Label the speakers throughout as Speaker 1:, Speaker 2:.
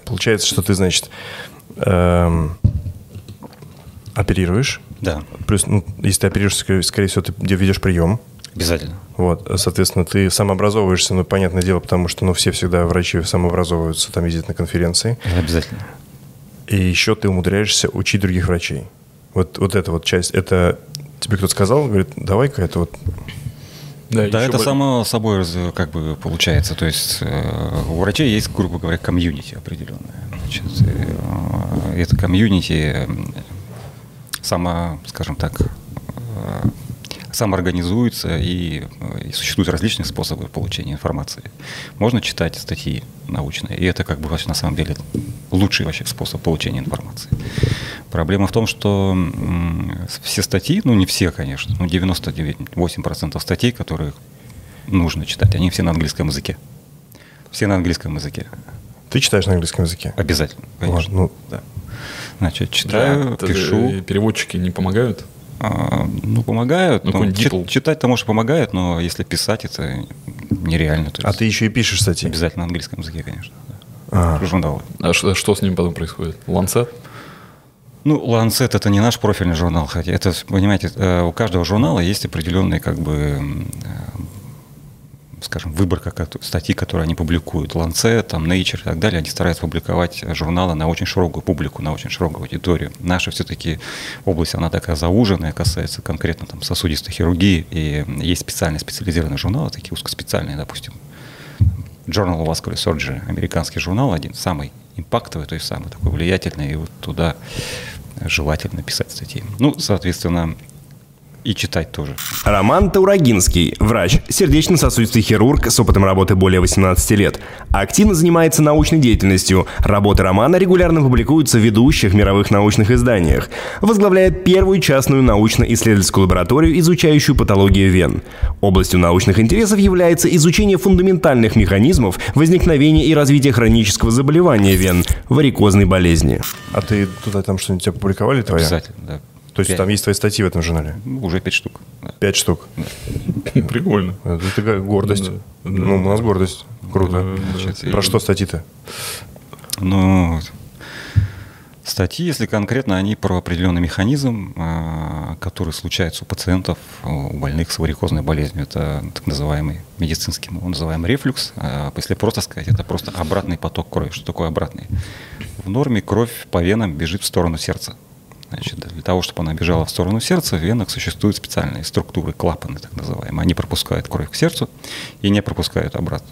Speaker 1: Получается, что ты, значит, оперируешь.
Speaker 2: Да.
Speaker 1: Плюс, если ты оперируешь, скорее всего, ты ведешь прием.
Speaker 2: Обязательно.
Speaker 1: Вот, соответственно, ты самообразовываешься, понятное дело, потому что, все всегда врачи самообразовываются, там ездят на конференции.
Speaker 2: Обязательно.
Speaker 1: И еще ты умудряешься учить других врачей. Вот эта вот часть, это тебе кто-то сказал, говорит, давай-ка это вот...
Speaker 2: Да, это само собой как бы получается. То есть у врачей есть, грубо говоря, комьюнити определенное. Значит, это комьюнити скажем так, самоорганизуется, и существуют различные способы получения информации. Можно читать статьи научные, и это как бы на самом деле лучший вообще способ получения информации. Проблема в том, что все статьи, не все, конечно, 98% статей, которые нужно читать, они все на английском языке. Все на английском языке.
Speaker 1: Ты читаешь на английском языке?
Speaker 2: Обязательно, конечно.
Speaker 1: Ладно,
Speaker 2: да. Значит, читаю, пишу.
Speaker 3: Переводчики не помогают?
Speaker 2: Помогают. Читать-то, может, помогает, но если писать, это нереально.
Speaker 1: А ты еще и пишешь статьи?
Speaker 2: Обязательно на английском языке, конечно. Да. Журналы.
Speaker 3: А что с ними потом происходит? Lancet?
Speaker 2: Lancet – это не наш профильный журнал, хотя это, понимаете, у каждого журнала есть определенный, скажем, выборка статей, которые они публикуют. Lancet, Nature и так далее, они стараются публиковать журналы на очень широкую публику, на очень широкую аудиторию. Наша все-таки область, она такая зауженная, касается конкретно сосудистой хирургии, и есть специализированные журналы, такие узкоспециальные, допустим. Journal of Vascular Surgery, американский журнал, один самый импактовый, то есть самый такой влиятельный, и вот туда желательно писать статьи. Соответственно, и читать тоже.
Speaker 4: Роман Таурагинский, врач, сердечно-сосудистый хирург с опытом работы более 18 лет. Активно занимается научной деятельностью. Работы Романа регулярно публикуются в ведущих мировых научных изданиях. Возглавляет первую частную научно-исследовательскую лабораторию, изучающую патологию вен. Областью научных интересов является изучение фундаментальных механизмов возникновения и развития хронического заболевания вен – варикозной болезни.
Speaker 1: А ты туда что-нибудь опубликовали твои?
Speaker 2: Обязательно, да.
Speaker 1: То есть 5. Там есть твои статьи в этом журнале?
Speaker 2: Уже 5 штук.
Speaker 1: 5 штук?
Speaker 3: Да. Прикольно.
Speaker 1: Это гордость. Да. У нас гордость. Круто. Да. Про что статьи-то?
Speaker 2: Статьи, если конкретно, они про определенный механизм, который случается у пациентов, у больных с варикозной болезнью. Это так называемый медицинский, он называемый рефлюкс. Если просто сказать, это просто обратный поток крови. Что такое обратный? В норме кровь по венам бежит в сторону сердца. Значит, для того, чтобы она бежала в сторону сердца, в венах существуют специальные структуры, клапаны так называемые. Они пропускают кровь к сердцу и не пропускают обратно.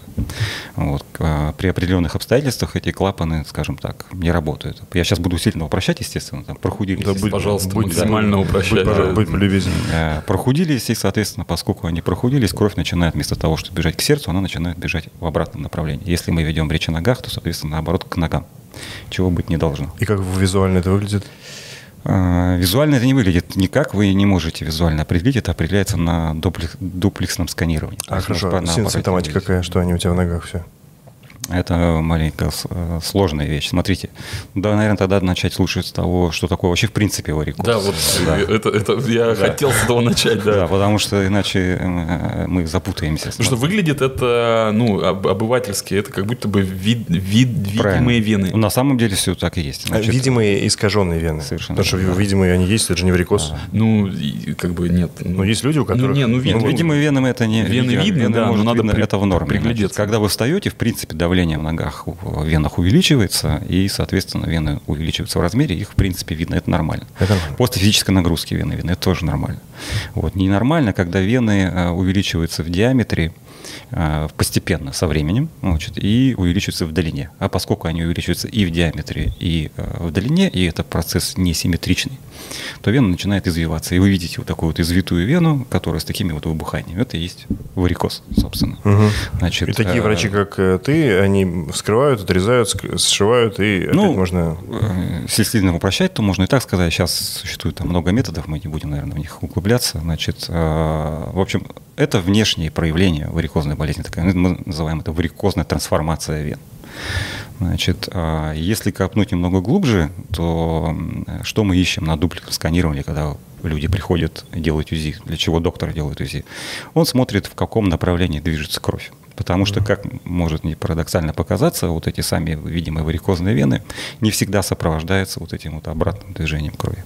Speaker 2: При определенных обстоятельствах эти клапаны, скажем так, не работают. Я сейчас буду сильно упрощать, естественно. Прохудились.
Speaker 3: Да, пожалуйста, максимально упрощать.
Speaker 1: Будь полюбезен.
Speaker 2: Прохудились, и, соответственно, поскольку они прохудились, кровь начинает вместо того, чтобы бежать к сердцу, она начинает бежать в обратном направлении. Если мы ведем речь о ногах, то, соответственно, наоборот, к ногам. Чего быть не должно.
Speaker 1: И как визуально это выглядит?
Speaker 2: Визуально это не выглядит никак, вы не можете визуально определить, это определяется на дуплексном сканировании.
Speaker 1: Хорошо, симптоматика какая, что они у тебя в ногах все?
Speaker 2: Это маленько сложная вещь. Смотрите, наверное, тогда начать слушать с того, что такое вообще в принципе варикоз.
Speaker 3: Да, это я хотел с этого начать, да.
Speaker 2: Да, потому что иначе мы запутаемся.
Speaker 3: Потому что выглядит это, обывательски, это как будто бы видимые вены.
Speaker 2: На самом деле все так и есть.
Speaker 1: Видимые искаженные вены. Совершенно. Потому что видимые они есть, это же не варикоз.
Speaker 3: Нет.
Speaker 1: Есть люди, у которых...
Speaker 2: Видимые вены это не...
Speaker 3: Вены видны, да, но надо
Speaker 2: это в норме.
Speaker 3: Приглядеться.
Speaker 2: Когда вы встаете, в принципе, давление в ногах, в венах увеличивается, и, соответственно, вены увеличиваются в размере, их, в принципе, видно, это нормально. После физической нагрузки вены видно, это тоже нормально. Ненормально, когда вены увеличиваются в диаметре постепенно, со временем, и увеличиваются в длине. А поскольку они увеличиваются и в диаметре, и в длине, и это процесс несимметричный, то вена начинает извиваться. И вы видите вот такую извитую вену, которая с такими выбуханиями. Это и есть варикоз, собственно.
Speaker 1: И такие врачи, как ты, они вскрывают, отрезают, сшивают, и опять можно...
Speaker 2: Если сильно упрощать, то можно и так сказать. Сейчас существует много методов, мы не будем, наверное, в них углубляться. В общем, это внешние проявления варикозной болезни. Такая, мы называем это варикозная трансформация вен. Если копнуть немного глубже, то что мы ищем на дуплексном сканировании, когда люди приходят делать УЗИ? Для чего доктор делает УЗИ? Он смотрит, в каком направлении движется кровь. Потому что, как может не парадоксально показаться, вот эти сами видимые варикозные вены не всегда сопровождаются вот этим вот обратным движением крови.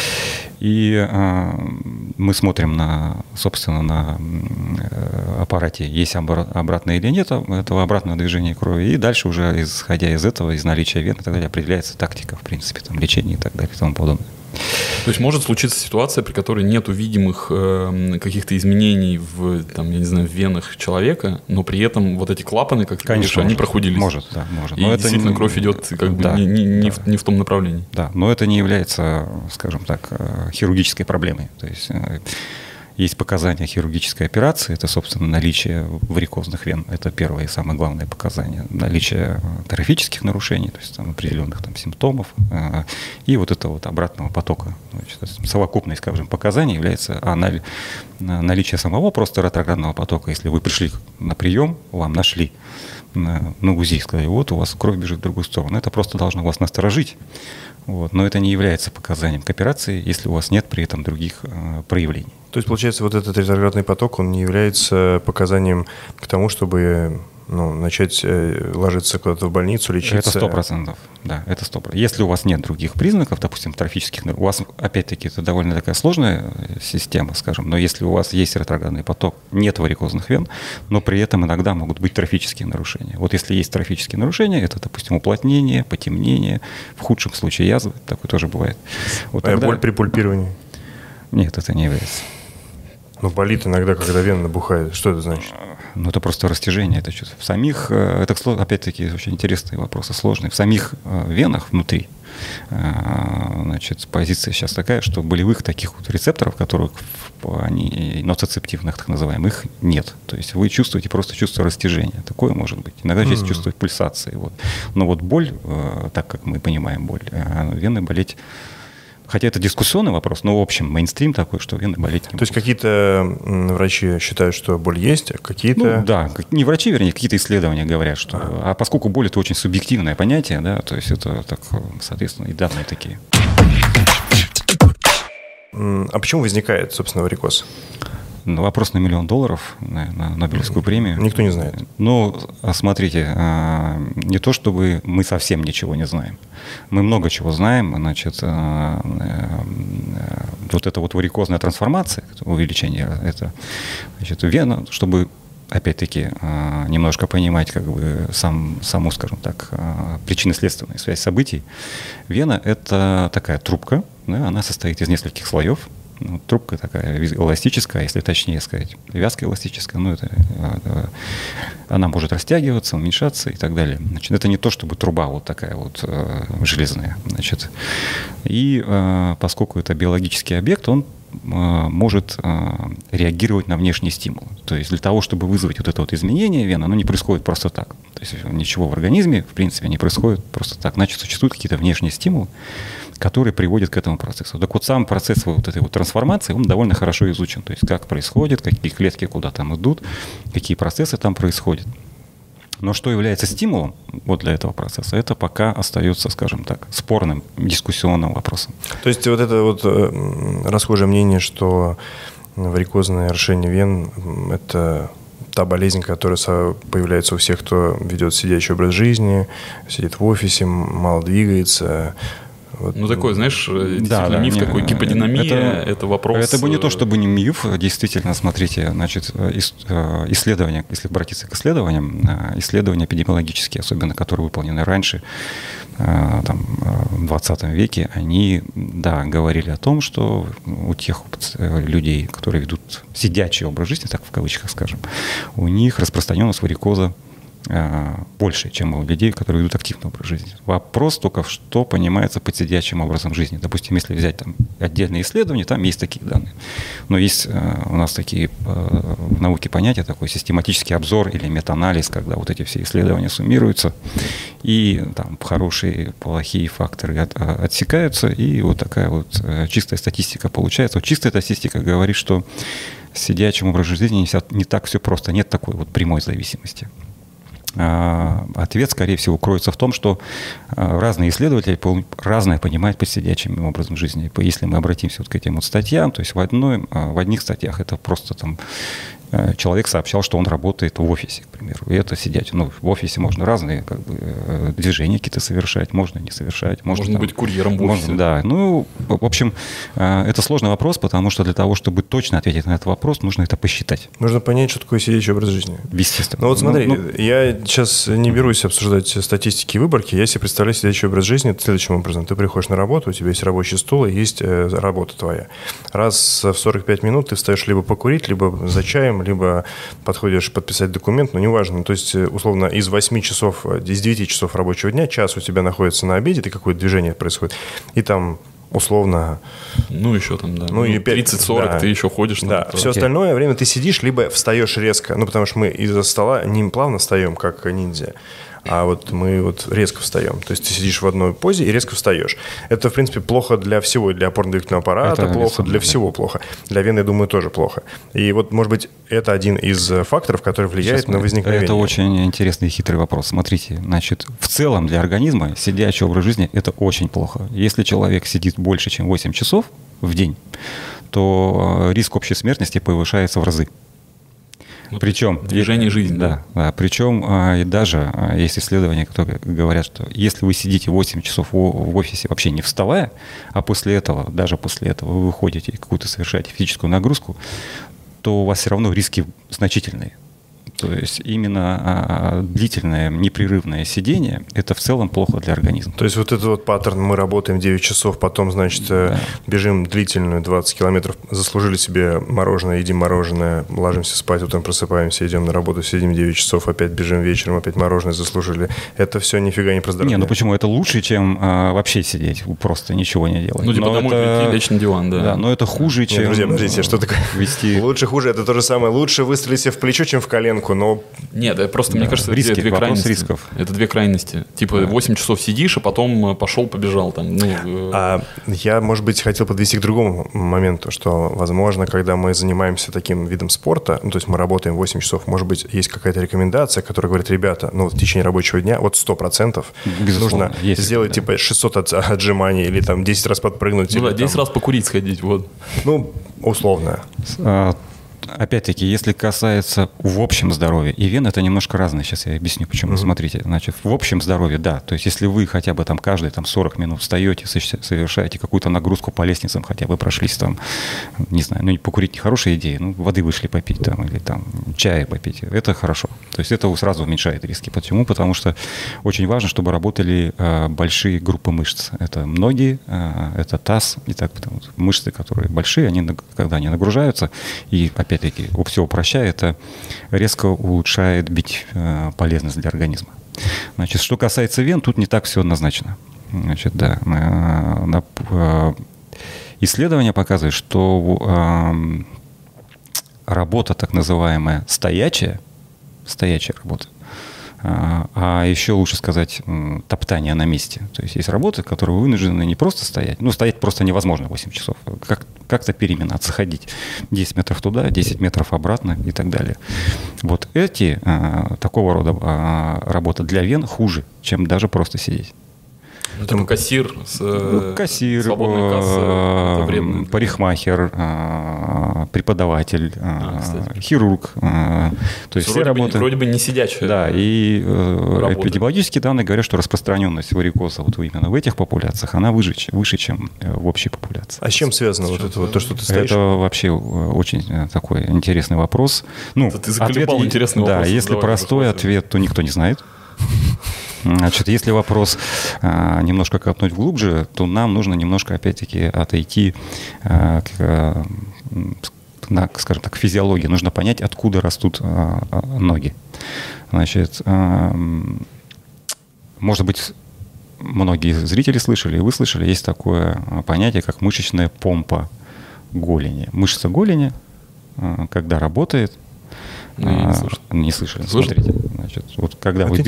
Speaker 2: И мы смотрим собственно, на аппарате, есть обратное или нет этого обратного движения крови. И дальше уже, исходя из этого, из наличия вен и так далее, определяется тактика, в принципе, там, лечения и так далее и тому подобное.
Speaker 3: То есть может случиться ситуация, при которой нет видимых каких-то изменений в венах человека, но при этом вот эти клапаны, как ты говоришь, они прохудились.
Speaker 2: Может, да, может.
Speaker 3: И действительно кровь идет не в том направлении.
Speaker 2: Да, но это не является, скажем так, хирургической проблемой. То есть есть показания хирургической операции, это, собственно, наличие варикозных вен. Это первое и самое главное показание. Наличие трофических нарушений, то есть там, определенных там, симптомов, и вот этого вот обратного потока. Значит, совокупность, скажем, показаний является наличие самого просто ретроградного потока. Если вы пришли на прием, вам нашли на УЗИ, сказали, вот у вас кровь бежит в другую сторону. Это просто должно вас насторожить. Вот. Но это не является показанием к операции, если у вас нет при этом других проявлений.
Speaker 1: То есть, получается, вот этот ретроградный поток, он не является показанием к тому, чтобы начать ложиться куда-то в больницу, лечиться?
Speaker 2: Это 100%. Да, это 100%. Если у вас нет других признаков, допустим, трофических, у вас, опять-таки, это довольно такая сложная система, скажем, но если у вас есть ретроградный поток, нет варикозных вен, но при этом иногда могут быть трофические нарушения. Вот если есть трофические нарушения, это, допустим, уплотнение, потемнение, в худшем случае язвы, такое тоже бывает. Вот тогда...
Speaker 1: боль при пульпировании?
Speaker 2: Нет, это не является.
Speaker 1: Болит иногда, когда вена набухает. Что это значит?
Speaker 2: Это просто растяжение. Это в самих, это, опять-таки, очень интересные вопросы, сложные. В самих венах внутри, значит, позиция сейчас такая, что болевых таких вот рецепторов, которых ноцицептивных, так называемых, нет. То есть вы чувствуете просто чувство растяжения. Такое может быть. Иногда здесь чувствуют пульсации. Вот. Но вот боль, так как мы понимаем боль, вены болеть. Хотя это дискуссионный вопрос, но в общем мейнстрим такой, что вены болеть не могут.
Speaker 1: То есть какие-то врачи считают, что боль есть, а какие-то...
Speaker 2: Да, не врачи, вернее, какие-то исследования говорят, что... А поскольку боль — это очень субъективное понятие, да, то есть это, так, соответственно, и данные такие.
Speaker 1: А почему возникает, собственно, варикоз?
Speaker 2: Вопрос на $1 миллион, на Нобелевскую премию.
Speaker 1: Никто не знает.
Speaker 2: Смотрите, не то чтобы мы совсем ничего не знаем. Мы много чего знаем. Значит, вот эта вот варикозная трансформация, увеличение, это, значит, вена, чтобы, опять-таки, немножко понимать саму, скажем так, причинно-следственную связь событий. Вена — это такая трубка, да, она состоит из нескольких слоев. Трубка такая эластическая, если точнее сказать, вязкоэластическая, она может растягиваться, уменьшаться и так далее. Значит, это не то, чтобы труба вот такая вот железная. Значит. И поскольку это биологический объект, он может реагировать на внешние стимулы. То есть для того, чтобы вызвать вот это вот изменение вен, оно не происходит просто так. То есть ничего в организме, в принципе, не происходит просто так. Значит, существуют какие-то внешние стимулы, которые приводят к этому процессу. Так вот, сам процесс вот этой вот трансформации, он довольно хорошо изучен. То есть как происходит, какие клетки куда там идут, какие процессы там происходят. Но что является стимулом вот для этого процесса, это пока остается, скажем так, спорным, дискуссионным вопросом.
Speaker 1: То есть вот это вот расхожее мнение, что варикозное расширение вен – это та болезнь, которая появляется у всех, кто ведет сидячий образ жизни, сидит в офисе, мало двигается.
Speaker 3: Вот. Такой, знаешь, действительно миф такой, гиподинамия, это вопрос...
Speaker 2: Это бы не то, чтобы не миф, действительно, смотрите, значит, исследования, если обратиться к исследованиям, исследования эпидемиологические, особенно которые выполнены раньше, там, в 20 веке, они, да, говорили о том, что у тех людей, которые ведут сидячий образ жизни, так в кавычках скажем, у них распространенность варикоза больше, чем у людей, которые ведут активный образ жизни. Вопрос только, что понимается под сидячим образом жизни. Допустим, если взять там отдельные исследования, там есть такие данные. Но есть у нас такие в науке понятия, такой систематический обзор или метаанализ, когда вот эти все исследования суммируются, и там хорошие, плохие факторы отсекаются, и вот такая вот чистая статистика получается. Вот чистая статистика говорит, что с сидячим образом жизни не так все просто, нет такой вот прямой зависимости. Ответ, скорее всего, кроется в том, что разные исследователи разное понимают под сидячим образом жизни. Если мы обратимся вот к этим вот статьям, то есть в одних статьях это просто там человек сообщал, что он работает в офисе, к примеру, и это сидячий. Ну, в офисе можно разные как бы движения какие-то совершать, можно не совершать.
Speaker 3: Можно быть курьером в офисе.
Speaker 2: Да, ну, в общем, это сложный вопрос, потому что для того, чтобы точно ответить на этот вопрос, нужно это посчитать.
Speaker 1: Нужно понять, что такое сидячий образ жизни.
Speaker 2: Естественно.
Speaker 1: Ну вот смотри, я сейчас не берусь обсуждать статистики и выборки, я себе представляю сидячий образ жизни следующим образом. Ты приходишь на работу, у тебя есть рабочий стул и есть работа твоя. Раз в 45 минут ты встаешь либо покурить, либо за чаем, либо подходишь подписать документ, но неважно. То есть, условно, из 8 часов, из 9 часов рабочего дня, час у тебя находится на обеде, и какое-то движение происходит. И там, условно...
Speaker 3: Ну, еще там, да.
Speaker 1: Ну,
Speaker 3: 30-40 да. Ты еще ходишь.
Speaker 1: Да, там, все остальное время ты сидишь, либо встаешь резко. Ну, потому что мы из-за стола не плавно встаем, как ниндзя, а вот мы вот резко встаем. То есть ты сидишь в одной позе и резко встаешь. Это, в принципе, плохо для всего. Для опорно-двигательного аппарата это плохо, для всего плохо. Для вены, я думаю, тоже плохо. И вот, может быть, это один из факторов, который влияет на возникновение.
Speaker 2: Это очень интересный и хитрый вопрос. Смотрите, значит, в целом для организма сидячий образ жизни – это очень плохо. Если человек сидит больше, чем 8 часов в день, то риск общей смертности повышается в разы. Причем
Speaker 3: движение жизни.
Speaker 2: Да. Причем даже есть исследования, которые говорят, что если вы сидите 8 часов в офисе вообще не вставая, а после этого, даже после этого вы выходите и какую-то совершаете физическую нагрузку, то у вас все равно риски значительные. То есть именно длительное, непрерывное сидение – это в целом плохо для организма.
Speaker 1: То есть вот этот вот паттерн, мы работаем 9 часов, потом, значит, бежим длительную 20 километров, заслужили себе мороженое, едим мороженое, ложимся спать, утром просыпаемся, идем на работу, сидим 9 часов, опять бежим вечером, опять мороженое заслужили. Это все нифига не про здоровье.
Speaker 2: Не, ну почему? Это лучше, чем вообще сидеть, просто ничего не делать.
Speaker 3: Ну, типа домой прийти, лечь на диван, да.
Speaker 2: Да, но это хуже, чем...
Speaker 1: Друзья, подождите, что такое? Лучше, хуже, это то же самое. Лучше выстрелить себе в плечо, чем в коленку. Но...
Speaker 3: Нет, просто, мне кажется, это две крайности.
Speaker 2: Рисков.
Speaker 3: Это две крайности. Типа 8 часов сидишь, а потом пошел, побежал там.
Speaker 1: Я, может быть, хотел подвести к другому моменту, что, возможно, когда мы занимаемся таким видом спорта, ну, то есть мы работаем 8 часов, может быть, есть какая-то рекомендация, которая говорит, ребята, ну, в течение рабочего дня вот 100% нужно сделать, типа, 600 отжиманий или там 10 раз подпрыгнуть.
Speaker 3: Ну да, 10 раз покурить сходить, вот.
Speaker 1: Ну, условно.
Speaker 2: Опять-таки, если касается в общем здоровья, и вен это немножко разное. Сейчас я объясню, почему. Смотрите, значит, в общем здоровье, да. То есть, если вы хотя бы там каждые 40 минут встаете, совершаете какую-то нагрузку по лестницам, хотя бы прошлись там, не знаю, ну, покурить нехорошая идея, ну, воды вышли попить там, или там чая попить, это хорошо. То есть, это сразу уменьшает риски. Почему? Потому что очень важно, чтобы работали большие группы мышц. Это ноги, это таз, и так, потому что мышцы, которые большие, они, когда они нагружаются, и опять-таки, все упрощая, это резко улучшает полезность для организма. Значит, что касается вен, тут не так все однозначно. Значит, да, исследования показывают, что работа, так называемая стоячая работа, а еще лучше сказать топтание на месте. То есть есть работы, которые вы вынуждены не просто стоять, ну, стоять просто невозможно 8 часов, как-то переминаться, ходить 10 метров туда, 10 метров обратно и так далее. Вот такого рода работа для вен хуже, чем даже просто сидеть.
Speaker 3: Ну, типа кассир
Speaker 2: кассир,
Speaker 3: свободной кассы,
Speaker 2: парикмахер, преподаватель, хирург. То есть все работы...
Speaker 3: Вроде бы не сидячая.
Speaker 2: Да, и эпидемиологические данные говорят, что распространенность варикоза вот именно в этих популяциях, она выше, чем в общей популяции.
Speaker 1: А с чем связано вот это вот, то, что ты стоишь?
Speaker 2: Это вообще очень такой интересный вопрос. Ну,
Speaker 3: ты заколебал интересный вопрос.
Speaker 2: Да, если простой ответ, то никто не знает. Значит, если вопрос немножко копнуть глубже, то нам нужно немножко, опять-таки, отойти скажем так, к физиологии. Нужно понять, откуда растут ноги. Значит, может быть, многие зрители слышали, и вы слышали, есть такое понятие, как мышечная помпа голени. Мышца голени, когда работает, не слышали. Смотрите, значит, вот когда вы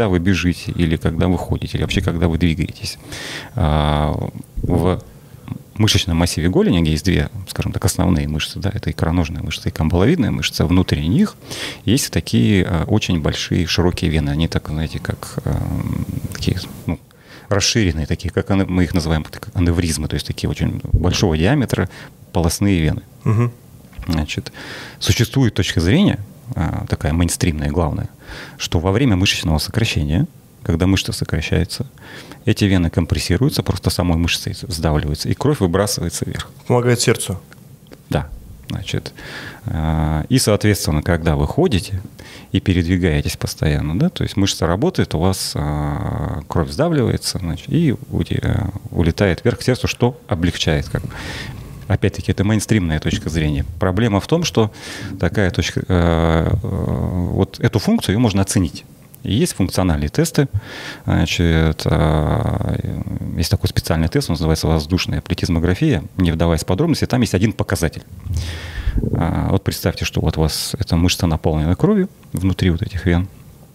Speaker 2: бежите, или когда вы ходите, или вообще когда вы двигаетесь, в мышечном массиве голени есть две, скажем так, основные мышцы, да, это икроножная мышца и камбаловидная мышца. Внутри них есть такие очень большие широкие вены. Они так, знаете, как такие, ну, расширенные, такие, как мы их называем, как аневризмы, то есть такие очень большого диаметра полостные вены.
Speaker 1: Угу.
Speaker 2: Значит, существует точка зрения, такая мейнстримная, главная, что во время мышечного сокращения, когда мышца сокращается, эти вены компрессируются, просто самой мышцей сдавливаются, и кровь выбрасывается вверх.
Speaker 1: Помогает сердцу.
Speaker 2: Да. Значит, и, соответственно, когда вы ходите и передвигаетесь постоянно, да, то есть мышца работает, у вас кровь сдавливается, значит, и улетает вверх к сердцу, что облегчает, как бы. Опять-таки, это мейнстримная точка зрения. Проблема в том, что такая точка, вот эту функцию ее можно оценить. И есть функциональные тесты. Значит, есть такой специальный тест, он называется воздушная плетизмография. Не вдаваясь в подробности, там есть один показатель. Вот представьте, что вот у вас эта мышца наполнена кровью внутри вот этих вен.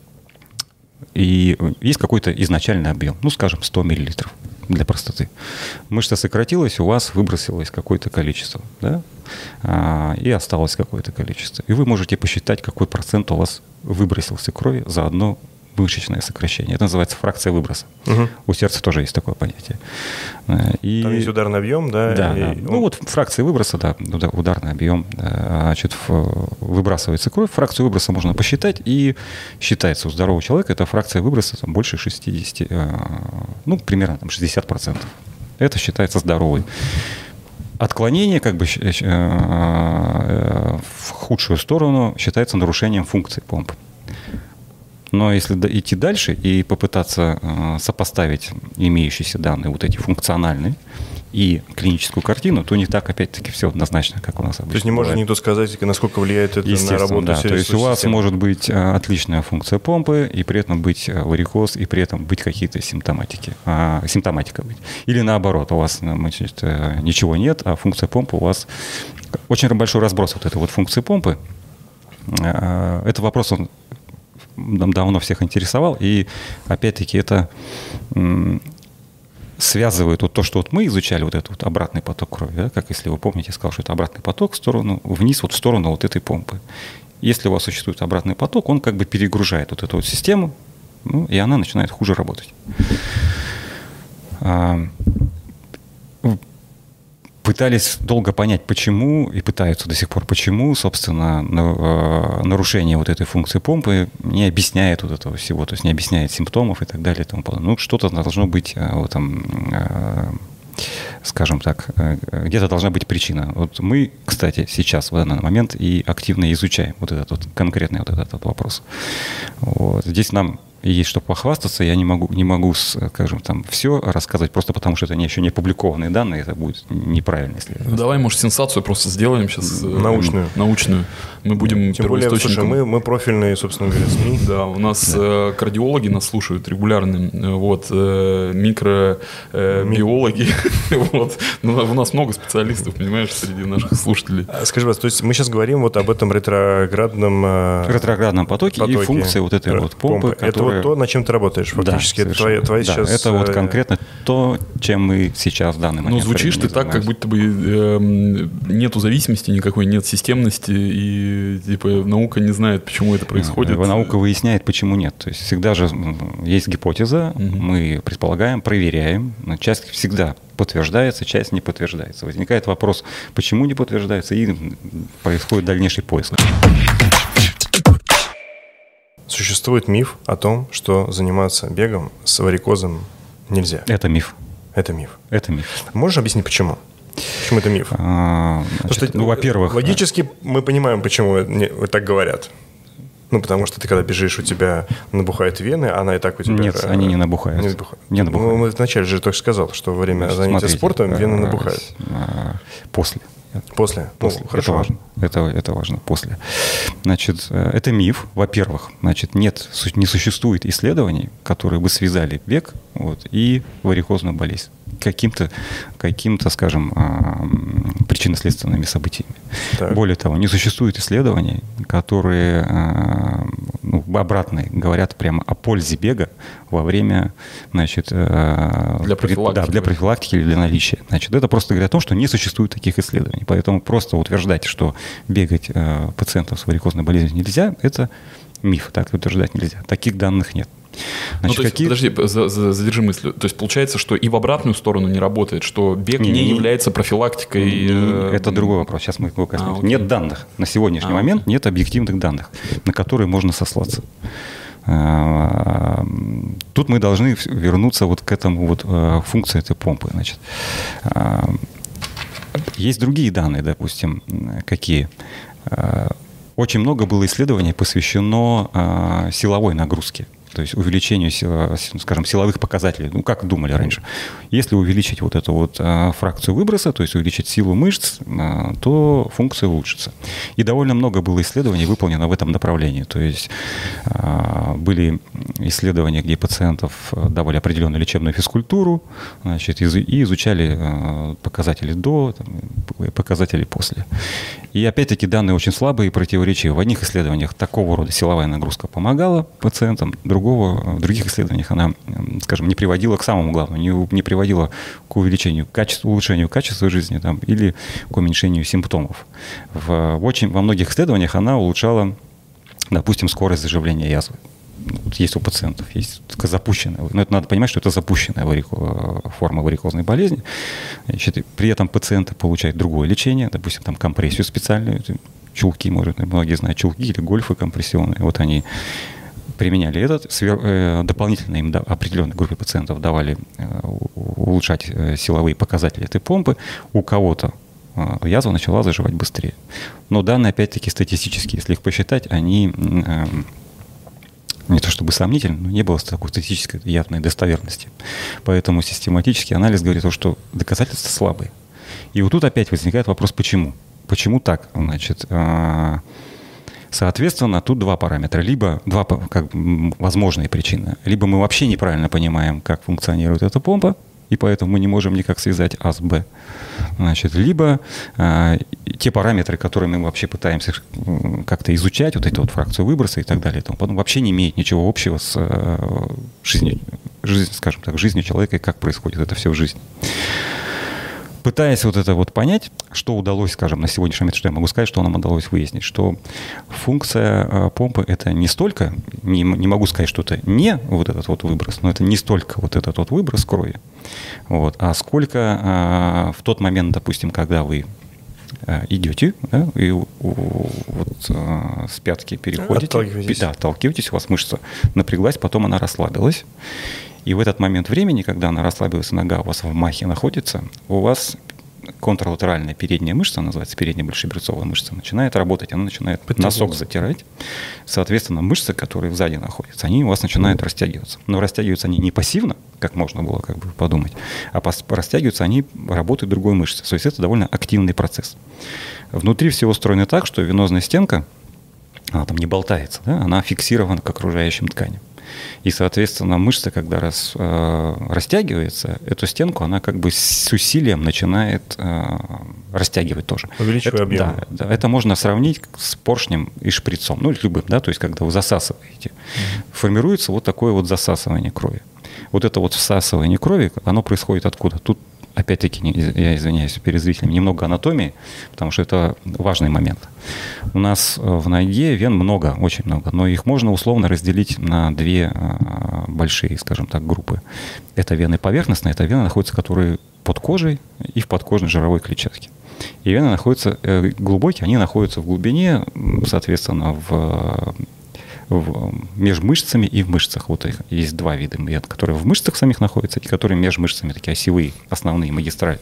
Speaker 2: И есть какой-то изначальный объем, ну, скажем, 100 миллилитров для простоты. Мышца сократилась, у вас выбросилось какое-то количество, да? И осталось какое-то количество. И вы можете посчитать, какой процент у вас выбросился крови за одно мышечное сокращение. Это называется фракция выброса. Угу. У сердца тоже есть такое понятие. И...
Speaker 1: Там есть ударный объем, да?
Speaker 2: Да, да. Ну вот фракция выброса, да, ударный объем, значит, выбрасывается кровь. Фракцию выброса можно посчитать, и считается у здорового человека, эта фракция выброса там, больше 60, ну, примерно там, 60%. Это считается здоровой. Отклонение как бы в худшую сторону считается нарушением функции помпы. Но если идти дальше и попытаться сопоставить имеющиеся данные, вот эти функциональные, и клиническую картину, то не так, опять-таки, все однозначно, как у нас обычно.
Speaker 1: То есть не может никто сказать, насколько влияет это на работу
Speaker 2: да. То есть у вас
Speaker 1: системы.
Speaker 2: может быть отличная функция помпы, и при этом быть варикоз, и при этом быть какие-то симптоматика быть. Или наоборот, у вас, значит, ничего нет, а функция помпы у вас... Очень большой разброс вот этой вот функции помпы. Это вопрос, он давно всех интересовал, и опять-таки это связывает вот то, что вот мы изучали, вот этот вот обратный поток крови, да, как если вы помните, я сказал, что это обратный поток в сторону, вниз, вот в сторону вот этой помпы. Если у вас существует обратный поток, он как бы перегружает вот эту вот систему, ну, и она начинает хуже работать. Пытались долго понять, почему, и пытаются до сих пор, почему, собственно, нарушение вот этой функции помпы не объясняет вот этого всего, то есть не объясняет симптомов и так далее и тому подобное. Ну, что-то должно быть в этом, скажем так, где-то должна быть причина. Вот мы, кстати, сейчас в данный момент и активно изучаем вот этот вот конкретный вот этот вопрос. Вот. Здесь нам есть что похвастаться, я не могу, скажем, там, все рассказывать, просто потому что это еще не опубликованные данные, это будет неправильно. Если
Speaker 3: давай, может, сенсацию просто сделаем сейчас.
Speaker 1: Научную.
Speaker 3: Мы будем
Speaker 1: тем более, слушай, мы профильные, собственно говоря, СМИ.
Speaker 3: Да, у нас кардиологи нас слушают регулярно, вот, микробиологи, вот. У нас много специалистов, понимаешь, среди наших слушателей.
Speaker 1: Скажи, то есть мы сейчас говорим вот об этом ретроградном
Speaker 2: потоке и функции вот этой вот помпы,
Speaker 1: которая... Это вот то, над чем ты работаешь фактически.
Speaker 2: Да,
Speaker 1: это твоя сейчас...
Speaker 2: Это вот конкретно то, чем мы сейчас в данный момент.
Speaker 3: Ну, звучишь ты так, как будто бы нету зависимости никакой, нет системности, и типа наука не знает, почему это происходит.
Speaker 2: Наука выясняет, почему нет. То есть всегда же есть гипотеза, мы предполагаем, проверяем. Часть всегда подтверждается, часть не подтверждается. Возникает вопрос, почему не подтверждается, и происходит дальнейший поиск.
Speaker 1: Существует миф о том, что заниматься бегом с варикозом нельзя.
Speaker 2: Это миф.
Speaker 1: Это миф.
Speaker 2: Это миф.
Speaker 1: Можешь объяснить, почему? Почему это миф?
Speaker 2: Значит, ну, во-первых...
Speaker 1: Логически мы понимаем, почему так говорят. Ну, потому что ты, когда бежишь, у тебя набухают вены, она и так у тебя...
Speaker 2: Нет, они не набухают. Не набухают.
Speaker 1: Ну, вначале же только сказал, что во время занятия спортом вены набухают.
Speaker 2: После.
Speaker 1: После. Хорошо.
Speaker 2: Это важно. Это важно. После. Значит, это миф, во-первых. Значит, не существует исследований, которые бы связали бег и варикозную болезнь каким-то, скажем, причинно-следственными событиями. Так. Более того, не существует исследований, которые обратные, говорят прямо о пользе бега во время, значит,
Speaker 3: для профилактики.
Speaker 2: Для профилактики или для наличия. Значит, это просто говорит о том, что не существует таких исследований. Поэтому просто утверждать, что бегать пациентам с варикозной болезнью нельзя, это миф, так утверждать нельзя. Таких данных нет. Значит,
Speaker 3: подожди, задержи мысль. То есть получается, что и в обратную сторону не работает, что бег не является профилактикой?
Speaker 2: Это другой вопрос. Сейчас мы его коснемся. Нет данных. На сегодняшний момент нет объективных данных, на которые можно сослаться. Тут мы должны вернуться вот к этому вот функции этой помпы. Значит, есть другие данные, допустим, какие? Очень много было исследований посвящено силовой нагрузке. То есть увеличению, скажем, силовых показателей. Ну, как думали раньше. Если увеличить вот эту вот фракцию выброса, то есть увеличить силу мышц, то функция улучшится. И довольно много было исследований выполнено в этом направлении. То есть были исследования, где пациентов давали определенную лечебную физкультуру, значит, и изучали показатели до, показатели после. И опять-таки данные очень слабые и противоречивые. В одних исследованиях такого рода силовая нагрузка помогала пациентам, в других исследованиях она, скажем, не приводила к самому главному, не приводила к увеличению улучшению качества жизни там, или к уменьшению симптомов. Во многих исследованиях она улучшала, допустим, скорость заживления язвы. Есть у пациентов, есть запущенная, но это надо понимать, что это запущенная форма варикозной болезни. Значит, при этом пациенты получают другое лечение, допустим, там компрессию специальную, чулки, может, многие знают чулки или гольфы компрессионные. Вот они применяли этот, дополнительно им определенной группе пациентов давали улучшать силовые показатели этой помпы. У кого-то язва начала заживать быстрее. Но данные, опять-таки, статистические, если их посчитать, они не то чтобы сомнительны, но не было такой статистической явной достоверности. Поэтому систематический анализ говорит о том, что доказательства слабые. И вот тут опять возникает вопрос, почему? Почему так? Значит, соответственно, тут два параметра. Либо два возможные причины. Либо мы вообще неправильно понимаем, как функционирует эта помпа, и поэтому мы не можем никак связать А с Б. Значит, либо те параметры, которые мы вообще пытаемся как-то изучать, вот эту вот фракцию выброса и так далее, вообще не имеют ничего общего с жизнью, скажем так, жизнью человека и как происходит это все в жизни. Пытаясь вот это вот понять, что удалось, скажем, на сегодняшний момент, что я могу сказать, что нам удалось выяснить, что функция помпы — это не столько, не могу сказать, что это не вот этот вот выброс, но это не столько вот этот вот выброс крови, вот, а сколько в тот момент, допустим, когда вы идете, да, и вот с пятки переходите, отталкиваетесь, у вас мышца напряглась, потом она расслабилась. И в этот момент времени, когда она расслабилась, нога у вас в махе находится, у вас контралатеральная передняя мышца, называется передняя большеберцовая мышца, начинает работать, она начинает носок затирать. Соответственно, мышцы, которые сзади находятся, они у вас начинают растягиваться. Но растягиваются они не пассивно, как можно было как бы подумать, а растягиваются они работой другой мышцы. То есть это довольно активный процесс. Внутри все устроено так, что венозная стенка, она там не болтается, да? Она фиксирована к окружающим тканям. И, соответственно, мышца, когда растягивается, эту стенку, она как бы с усилием начинает растягивать тоже.
Speaker 1: Увеличивая объем.
Speaker 2: Да, это можно сравнить с поршнем и шприцом, ну, любым, да, то есть когда вы засасываете. Формируется вот такое вот засасывание крови. Вот это вот всасывание крови, оно происходит откуда? Тут, опять-таки, я извиняюсь перед зрителями, немного анатомии, потому что это важный момент. У нас в ноге вен много, очень много, но их можно условно разделить на две большие, скажем так, группы. Это вены поверхностные, это вены находятся, которые под кожей и в подкожной жировой клетчатке. И вены находятся глубокие, они находятся в глубине, соответственно, между мышцами и в мышцах. Вот их есть два вида вен, которые в мышцах самих находятся и которые между мышцами, такие осевые, основные, магистрали.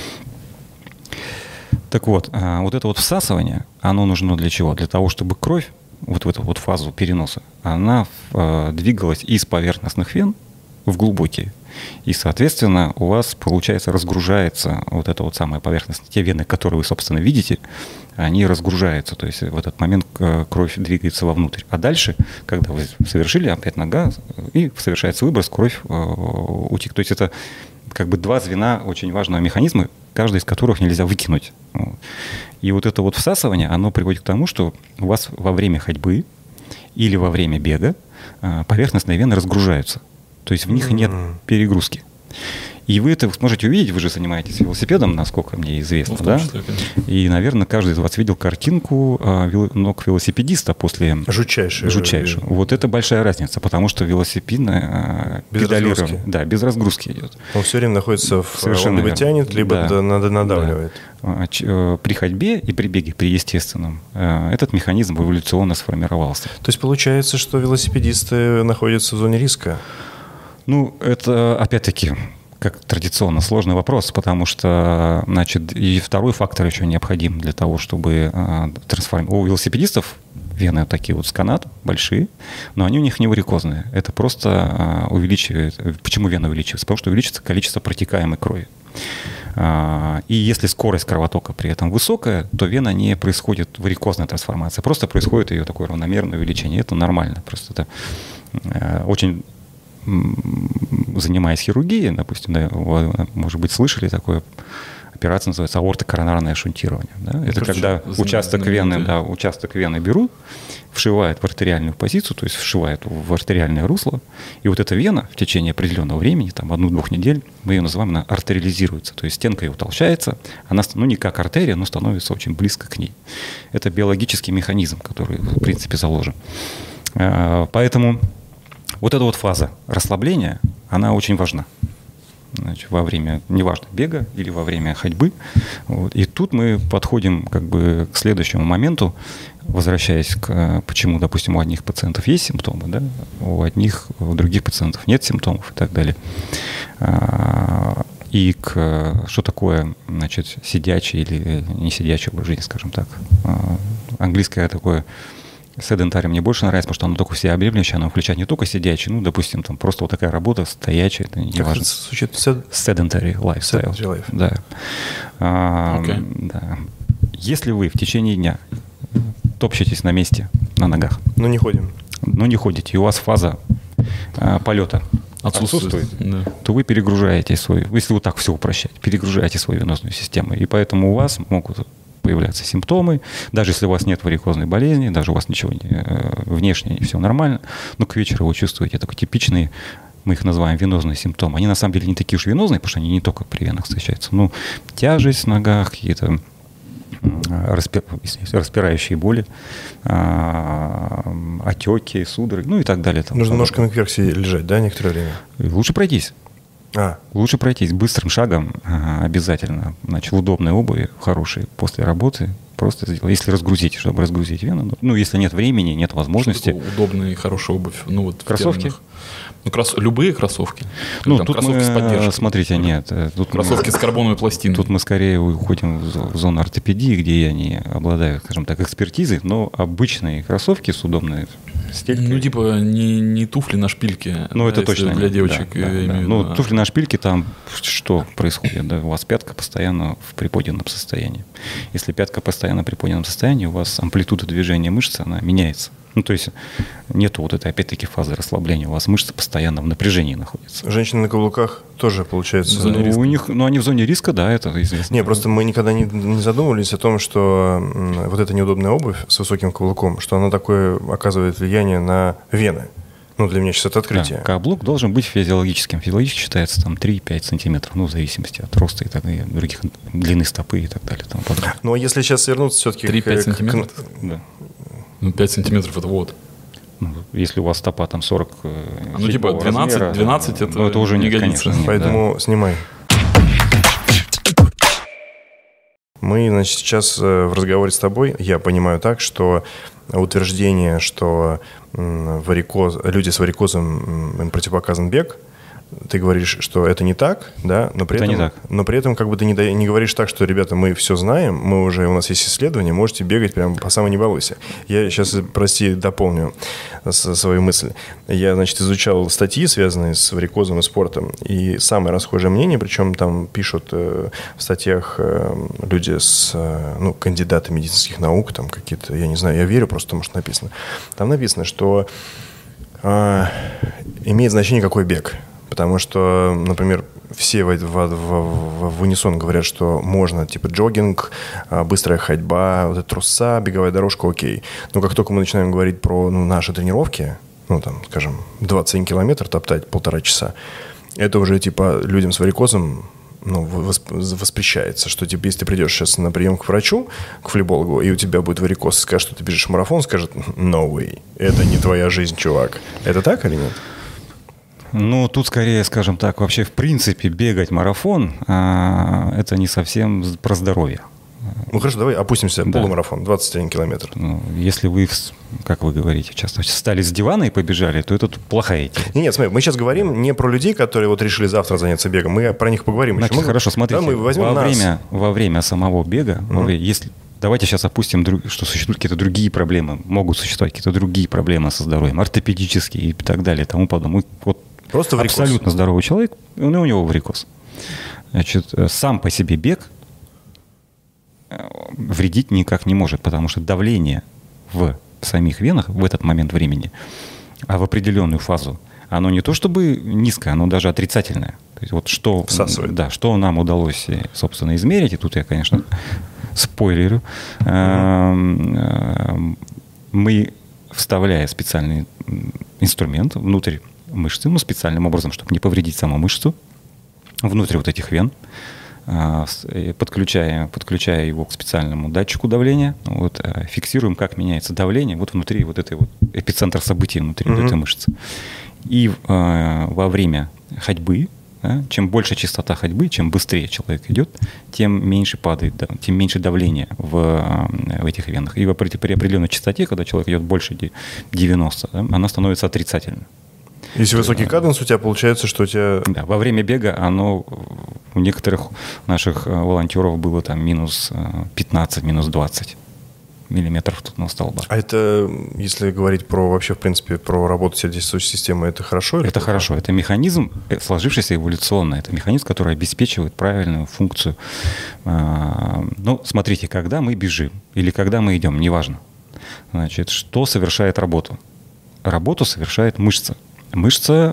Speaker 2: Так вот, вот это вот всасывание, оно нужно для чего? Для того, чтобы кровь, вот в эту вот фазу переноса, она двигалась из поверхностных вен в глубокие. И, соответственно, у вас, получается, разгружается вот эта вот самая поверхность. Те вены, которые вы, собственно, видите, они разгружаются. То есть в этот момент кровь двигается вовнутрь. А дальше, когда вы совершили опять нога, и совершается выброс, кровь утек. То есть это как бы два звена очень важного механизма, каждый из которых нельзя выкинуть. И вот это вот всасывание, оно приводит к тому, что у вас во время ходьбы или во время бега поверхностные вены разгружаются. То есть в них нет перегрузки. И вы это сможете увидеть, вы же занимаетесь велосипедом, насколько мне известно, да? И, наверное, каждый из вас видел картинку ног велосипедиста после...
Speaker 1: Жутчайшую.
Speaker 2: Вот это большая разница, потому что велосипед педалирование. Да, без разгрузки идет.
Speaker 1: Он все время находится он либо тянет, либо надавливает.
Speaker 2: Да. При ходьбе и при беге, при естественном, этот механизм эволюционно сформировался.
Speaker 1: То есть получается, что велосипедисты находятся в зоне риска?
Speaker 2: Ну, это, опять-таки, как традиционно, сложный вопрос, потому что, значит, и второй фактор еще необходим для того, чтобы трансформировать. У велосипедистов вены такие вот с канат, большие, но они у них не варикозные. Это просто увеличивает... Почему вена увеличивается? Потому что увеличится количество протекаемой крови. И если скорость кровотока при этом высокая, то вена не происходит варикозная трансформация, просто происходит ее такое равномерное увеличение. Это нормально. Просто это очень... Занимаясь хирургией, допустим, да, вы, может быть, слышали такое, операция называется аортокоронарное шунтирование. Да? Это когда участок вены берут, вшивают в артериальную позицию, то есть вшивают в артериальное русло, и вот эта вена в течение определенного времени, там 1-2 недель, мы ее называем, она артериализируется, то есть стенка ее утолщается, она, ну, не как артерия, но становится очень близко к ней. Это биологический механизм, который, в принципе, заложен. Поэтому вот эта вот фаза расслабления, она очень важна. Значит, во время, неважно, бега или во время ходьбы. Вот. И тут мы подходим как бы к следующему моменту, возвращаясь к почему, допустим, у одних пациентов есть симптомы, да, у других пациентов нет симптомов и так далее. И что такое, значит, сидячий или не сидячий образ жизни, скажем так. Английское такое sedentary мне больше нравится, потому что оно только всеобъемлющее, оно включает не только сидячий, ну, допустим, там просто вот такая работа стоячая, это не важно. Sedentary lifestyle.
Speaker 1: Sedentary life.
Speaker 2: Да. Да. Если вы в течение дня топчетесь на месте, на ногах.
Speaker 1: Но не ходим.
Speaker 2: Но не ходите, и у вас фаза полета отсутствует, да, то вы перегружаете если вот так все упрощать, перегружаете свою венозную систему. И поэтому у вас могут появляются симптомы, даже если у вас нет варикозной болезни, даже у вас ничего внешне, все нормально, но к вечеру вы чувствуете такой типичный, мы их называем венозные симптомы. Они на самом деле не такие уж венозные, потому что они не только при венах встречаются. Ну, тяжесть в ногах, какие-то распирающие боли, отеки, судороги, ну и так далее.
Speaker 1: Нужно ножками кверх лежать, да, некоторое время?
Speaker 2: Лучше пройтись. Лучше пройтись быстрым шагом обязательно. Значит, в удобной обуви, хорошей, после работы. Просто сделать. Если разгрузить, чтобы разгрузить вену. Ну, если нет времени, нет возможности.
Speaker 3: Удобная и хорошая обувь. Ну, вот
Speaker 2: кроссовки?
Speaker 3: Любые кроссовки.
Speaker 2: Ну, тут кроссовки с поддержкой. Смотрите, нет. Тут
Speaker 3: кроссовки с карбоновой пластиной.
Speaker 2: Тут мы скорее уходим в зону ортопедии, где они обладают, скажем так, экспертизой, но обычные кроссовки с удобной стелькой.
Speaker 3: Ну, типа не туфли на шпильке.
Speaker 2: Ну, да, это точно
Speaker 3: для девочек.
Speaker 2: Да. Ну, туфли на шпильке, там что происходит? Да? У вас пятка постоянно в приподнятом состоянии. Если пятка постоянно в приподнятом состоянии, у вас амплитуда движения мышцы, она меняется. Ну, то есть нету вот этой, опять-таки, фазы расслабления. У вас мышцы постоянно в напряжении находятся.
Speaker 1: Женщины на каблуках тоже, получается...
Speaker 2: У них, они в зоне риска, да, это известно.
Speaker 1: Не, просто мы никогда не задумывались о том, что вот эта неудобная обувь с высоким каблуком, что она такое оказывает влияние на вены. Ну, для меня сейчас это открытие.
Speaker 2: Да, каблук должен быть физиологическим. Физиологически считается там 3-5 сантиметров, ну, в зависимости от роста и так далее, других длины стопы и так далее.
Speaker 1: Ну, а если сейчас вернуться все-таки...
Speaker 3: 3-5 сантиметров?
Speaker 2: Да.
Speaker 3: Ну, 5 сантиметров это вот.
Speaker 2: Ну, если у вас стопа там 40...
Speaker 3: Ну, типа 12 это,
Speaker 2: это уже не годится.
Speaker 3: Конечно,
Speaker 1: поэтому да. Снимай. Мы, значит, сейчас в разговоре с тобой, я понимаю так, что утверждение, что люди с варикозом, им противопоказан бег, ты говоришь, что это не так, да, но при этом как бы ты не говоришь так, что, ребята, мы все знаем, у нас есть исследования, можете бегать прямо по самой не балуйся. Я сейчас, прости, дополню свою мысль. Я, значит, изучал статьи, связанные с варикозом и спортом, и самое расхожее мнение, причем там пишут в статьях люди кандидаты медицинских наук, там какие-то, я не знаю, я верю просто тому, что написано. Там написано, что имеет значение, какой бег. Потому что, например, все в унисон говорят, что можно, типа, джогинг, быстрая ходьба, вот эта труса, беговая дорожка, окей. Но как только мы начинаем говорить про наши тренировки, там, скажем, 21 километр топтать 1,5 часа, это уже, типа, людям с варикозом воспрещается, что, типа, если ты придешь сейчас на прием к врачу, к флебологу, и у тебя будет варикоз, и скажешь, что ты бежишь марафон, скажет: no way, это не твоя жизнь, чувак. Это так или нет?
Speaker 2: Ну, тут скорее, скажем так, вообще в принципе бегать марафон это не совсем про здоровье.
Speaker 1: Ну хорошо, давай опустимся. Да. Полумарафон, 21 километр.
Speaker 2: Ну, если вы, как вы говорите часто, встали с дивана и побежали, то это плохая идея.
Speaker 1: Нет, смотри, мы сейчас говорим не про людей, которые вот решили завтра заняться бегом. Мы про них поговорим.
Speaker 2: Значит, хорошо, смотрите, да, мы возьмем во время самого бега, если... Давайте сейчас опустим, что существуют какие-то другие проблемы, могут существовать какие-то другие проблемы со здоровьем, ортопедические и так далее, и тому подобное. Вот просто абсолютно здоровый человек, у него варикоз. Значит, сам по себе бег вредить никак не может, потому что давление в самих венах в этот момент времени, а в определенную фазу, оно не то чтобы низкое, оно даже отрицательное. То есть вот что, да, что нам удалось, собственно, измерить, и тут я, конечно, спойлерю, мы, вставляя специальный инструмент внутрь мышцы, специальным образом, чтобы не повредить саму мышцу, внутрь вот этих вен, подключая его к специальному датчику давления, фиксируем, как меняется давление вот внутри вот этой вот эпицентра событий внутри вот этой мышцы. И во время ходьбы, чем больше частота ходьбы, чем быстрее человек идет, тем меньше падает, тем меньше давление в этих венах. И при определенной частоте, когда человек идет больше 90, она становится отрицательной.
Speaker 1: Если высокий каденс, у тебя получается, что у тебя...
Speaker 2: Да, во время бега оно у некоторых наших волонтеров было там минус 15, минус 20 миллиметров тут настал бар.
Speaker 1: А это, если говорить про вообще, в принципе, про работу сердечно-сосудистой системы, это хорошо?
Speaker 2: Это хорошо. Это механизм, сложившийся эволюционно. Это механизм, который обеспечивает правильную функцию. Ну, смотрите, когда мы бежим или когда мы идем, неважно. Значит, что совершает работу? Работу совершает мышца. Мышца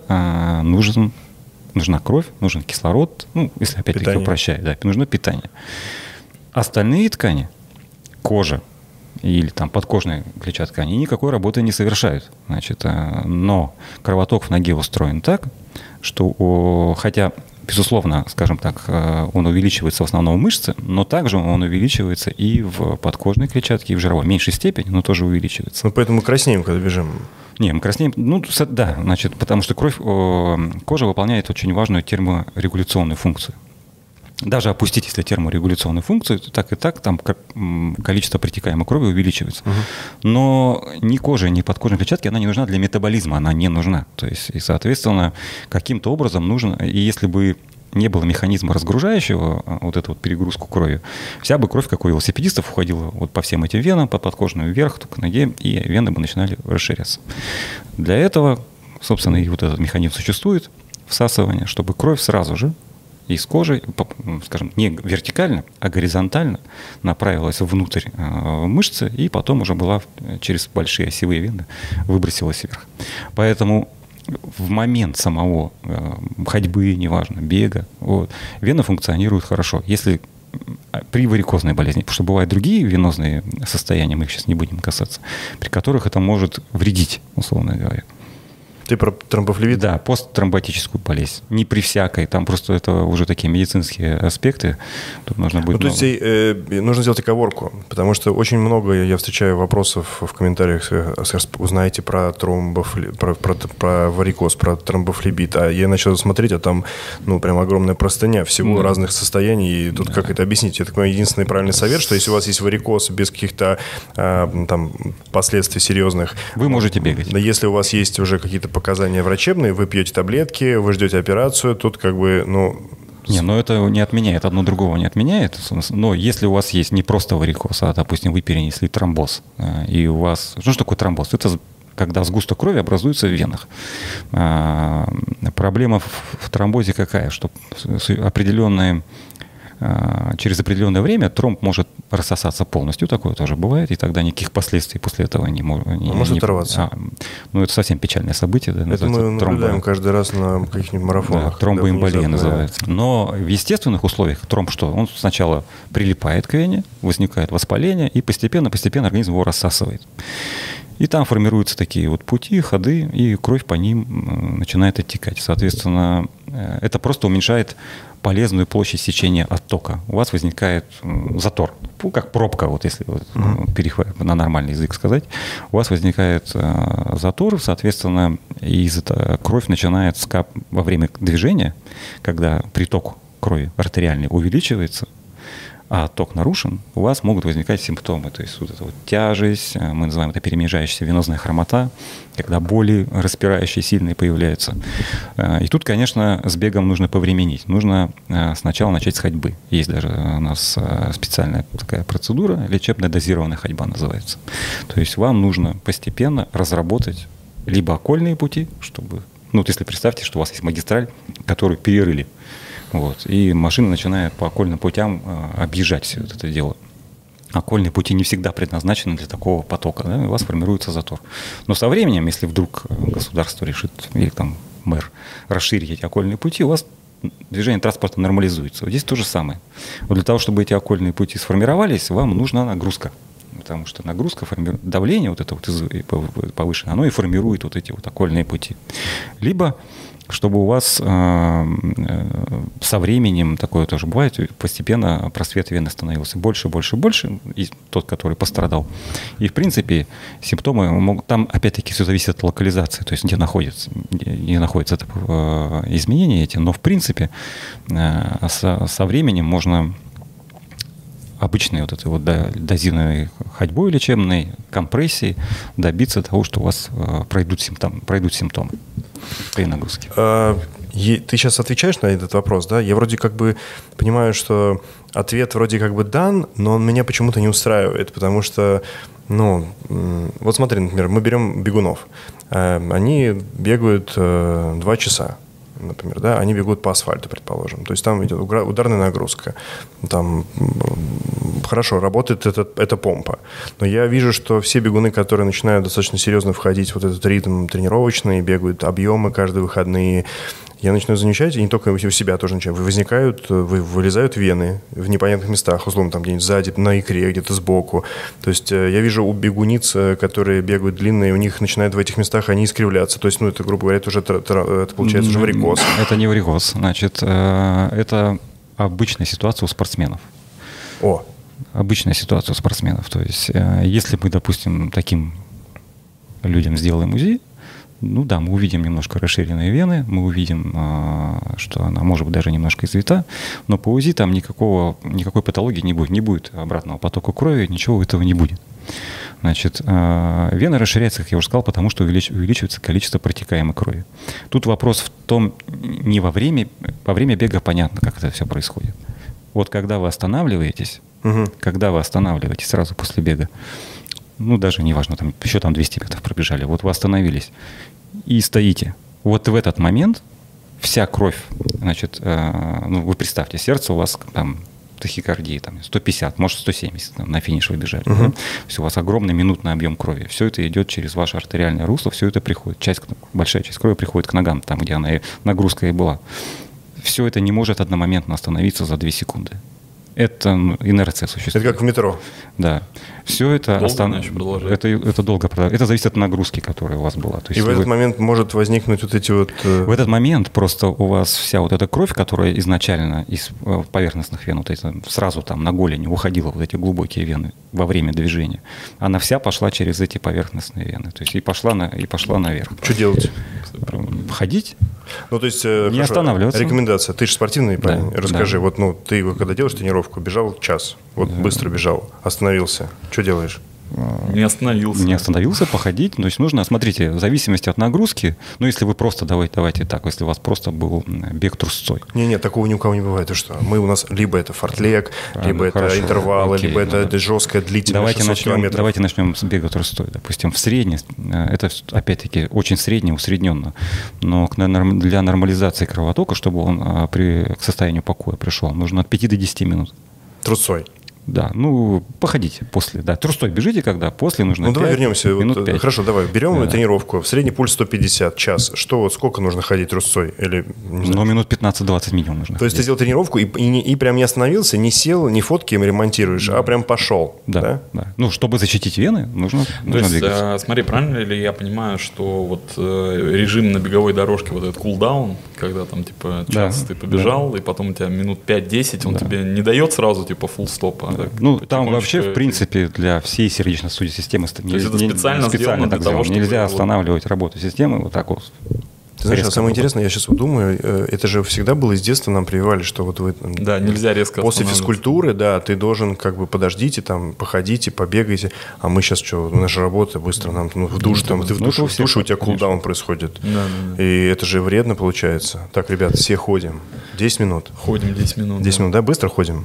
Speaker 2: нужна кровь, нужен кислород. Ну, если опять-таки упрощать, да, нужно питание. Остальные ткани, кожа, или там подкожная клетчатка, они никакой работы не совершают. Значит, но кровоток в ноге устроен так, что хотя, безусловно, скажем так, он увеличивается в основном в мышце, но также он увеличивается и в подкожной клетчатке, и в жировой. В меньшей степени, но тоже увеличивается.
Speaker 1: Ну, поэтому мы краснеем, когда бежим.
Speaker 2: Не, мы краснеем, да, значит, потому что кожа выполняет очень важную терморегуляционную функцию. Даже опустить, если терморегуляционную функцию, так и так там количество притекаемой крови увеличивается. Но ни кожа, ни подкожной клетчатки, она не нужна для метаболизма, она не нужна. То есть, и, соответственно, каким-то образом нужно, и если бы не было механизма разгружающего вот эту вот перегрузку крови, вся бы кровь, как у велосипедистов, уходила вот по всем этим венам, по подкожную вверх, к ноге, и вены бы начинали расширяться. Для этого, собственно, и вот этот механизм существует, всасывание, чтобы кровь сразу же из кожи, скажем, не вертикально, а горизонтально направилась внутрь мышцы и потом уже была через большие осевые вены выбросилась вверх. Поэтому в момент самого ходьбы, неважно, бега, вены функционируют хорошо. Если при варикозной болезни, потому что бывают другие венозные состояния, мы их сейчас не будем касаться, при которых это может вредить, условно говоря.
Speaker 1: Ты про тромбофлебит?
Speaker 2: Да, посттромботическую болезнь. Не при всякой, там просто это уже такие медицинские аспекты. Тут нужно будет...
Speaker 1: Ну, тут нужно сделать оговорку, потому что очень много я встречаю вопросов в комментариях, узнаете про про варикоз, про тромбофлебит, а я начал смотреть, а там, прям огромная простыня всего разных состояний, и тут как это объяснить? Это мой единственный правильный совет, что если у вас есть варикоз без каких-то там последствий серьезных...
Speaker 2: Вы можете бегать.
Speaker 1: Если у вас есть уже какие-то показания врачебные, вы пьете таблетки, вы ждете операцию, тут как бы,
Speaker 2: Не, но это не отменяет, одно другого не отменяет. Но если у вас есть не просто варикоз, а, допустим, вы перенесли тромбоз, и у вас... Что такое тромбоз? Это когда сгусток крови образуется в венах. Проблема в тромбозе какая? Что через определенное время тромб может рассосаться полностью, такое тоже бывает, и тогда никаких последствий после этого не может
Speaker 1: оторваться.
Speaker 2: Ну, это совсем печальное событие. Да,
Speaker 1: это мы наблюдаем каждый раз на каких-нибудь марафонах.
Speaker 2: Да, тромбоэмболия называется. Но в естественных условиях тромб что? Он сначала прилипает к вене, возникает воспаление, и постепенно организм его рассасывает. И там формируются такие вот пути, ходы, и кровь по ним начинает оттекать. Соответственно, это просто уменьшает полезную площадь сечения оттока. У вас возникает затор, как пробка, вот если на нормальный язык сказать. У вас возникает затор, соответственно, кровь начинает во время движения, когда приток крови артериальный увеличивается, а ток нарушен, у вас могут возникать симптомы. То есть вот эта вот тяжесть, мы называем это перемежающаяся венозная хромота, когда боли распирающие сильные появляются. И тут, конечно, с бегом нужно повременить. Нужно сначала начать с ходьбы. Есть даже у нас специальная такая процедура, лечебная дозированная ходьба называется. То есть вам нужно постепенно разработать либо окольные пути, чтобы... Ну вот если представьте, что у вас есть магистраль, которую перерыли. Вот. И машина начинает по окольным путям объезжать все это дело. Окольные пути не всегда предназначены для такого потока, да, и у вас формируется затор. Но со временем, если вдруг государство решит, или там мэр, расширить эти окольные пути, у вас движение транспорта нормализуется. Вот здесь то же самое. Вот для того, чтобы эти окольные пути сформировались, вам нужна нагрузка. Потому что нагрузка, давление вот это вот повышенное, оно и формирует вот эти вот окольные пути. Либо чтобы у вас со временем, такое тоже бывает, постепенно просвет вены становился больше, и тот, который пострадал. И, в принципе, симптомы могут... Там, опять-таки, все зависит от локализации, то есть где находятся это изменения эти. Но, в принципе, со временем можно обычной вот этой вот дозированной ходьбой лечебной, компрессией добиться того, что у вас пройдут симптомы при нагрузке.
Speaker 1: Ты сейчас отвечаешь на этот вопрос, да? Я вроде как бы понимаю, что ответ вроде как бы дан, но он меня почему-то не устраивает, потому что, вот смотри, например, мы берем бегунов. Они бегают 2 часа. Например, да, они бегут по асфальту, предположим. То есть там идет ударная нагрузка. Там хорошо работает эта помпа. Но я вижу, что все бегуны, которые начинают достаточно серьезно входить в вот этот ритм тренировочный, бегают объемы каждые выходные, я начинаю замечать, и не только у себя тоже начинаю, вылезают вены в непонятных местах, условно, там где-нибудь сзади, на икре, где-то сбоку. То есть я вижу у бегуниц, которые бегают длинные, у них начинает в этих местах они искривляться. То есть, это, грубо говоря, это получается уже варикоз.
Speaker 2: Это не варикоз, значит, это обычная ситуация у спортсменов. Обычная ситуация у спортсменов. То есть, если мы, допустим, таким людям сделаем УЗИ, мы увидим немножко расширенные вены, мы увидим, что она может быть даже немножко извита, но по УЗИ там никакой патологии не будет. Не будет обратного потока крови, ничего этого не будет. Значит, вена расширяется, как я уже сказал, потому что увеличивается количество протекаемой крови. Тут вопрос в том, не во время бега понятно, как это все происходит. Вот когда вы останавливаетесь, сразу после бега, даже неважно, еще 200 метров пробежали, вот вы остановились и стоите. Вот в этот момент вся кровь, значит, вы представьте, сердце у вас там тахикардии, 150, может 170 на финиш вы бежали. Да? Все, у вас огромный минутный объем крови. Все это идет через ваше артериальное русло, все это приходит. Большая часть крови приходит к ногам, там, где нагрузка и была. Все это не может одномоментно остановиться за 2 секунды. Это инерция существует.
Speaker 1: Это как в метро.
Speaker 2: Да. Все это это долго продолжается. Это зависит от нагрузки, которая у вас была. То есть
Speaker 1: и в этот момент может возникнуть вот эти вот...
Speaker 2: В этот момент просто у вас вся вот эта кровь, которая изначально из поверхностных вен, сразу там на голени уходила, вот эти глубокие вены во время движения, она вся пошла через эти поверхностные вены. То есть и пошла наверх.
Speaker 1: Что делать?
Speaker 2: Ходить.
Speaker 1: То есть
Speaker 2: не останавливаться.
Speaker 1: Рекомендация. Ты же спортивный парень. Да, расскажи, ты когда делаешь тренировку, бежал час, быстро бежал, остановился. Что делаешь?
Speaker 3: Не остановился, походить.
Speaker 2: То есть нужно, смотрите, в зависимости от нагрузки, если вы просто, давайте так, если у вас просто был бег трусцой.
Speaker 1: Нет, такого ни у кого не бывает. Ты что? У нас либо это фортлег, либо это интервалы, либо это жесткая длительная 600 километров.
Speaker 2: Давайте начнем с бега трусцой. Допустим, в среднем, это опять-таки очень средне, усредненно, но для нормализации кровотока, чтобы он к состоянию покоя пришел, нужно от 5 до 10 минут.
Speaker 1: Трусцой?
Speaker 2: Да, ну, походите после, да. Трустой бежите, когда после нужно.
Speaker 1: Ну, давай вернемся.
Speaker 2: Минут 5.
Speaker 1: Хорошо, давай. Берем тренировку. Средний пульс 150, час. Сколько нужно ходить трусцой? Или,
Speaker 2: ну, минут 15-20 минимум нужно.
Speaker 1: То есть ты сделал тренировку и прям не остановился, не сел, не фотки им ремонтируешь, а прям пошел.
Speaker 2: Да. Ну, чтобы защитить вены, нужно двигаться.
Speaker 3: Смотри, правильно ли я понимаю, что вот режим на беговой дорожке, вот этот кулдаун, когда там типа час ты побежал, и потом у тебя минут 5-10, он тебе не дает сразу типа фулл стоп.
Speaker 2: Ну, там вообще, в принципе, для всей сердечно-сосудистой системы
Speaker 3: то есть это специально сделано для того, чтобы
Speaker 2: нельзя останавливать работу системы вот так вот.
Speaker 1: Ты знаешь, самое интересное, я сейчас вот думаю, это же всегда было из детства, нам прививали, что вот вы
Speaker 3: нельзя резко
Speaker 1: после физкультуры, ты должен как бы подождите, там, походите, побегайте, а мы сейчас что, наша работа быстро, нам в душ, ты в душе у тебя кулдаун происходит, и это же вредно получается. Так, ребят, все ходим, 10 минут.
Speaker 3: Ходим 10 минут.
Speaker 1: 10 минут, да, быстро ходим?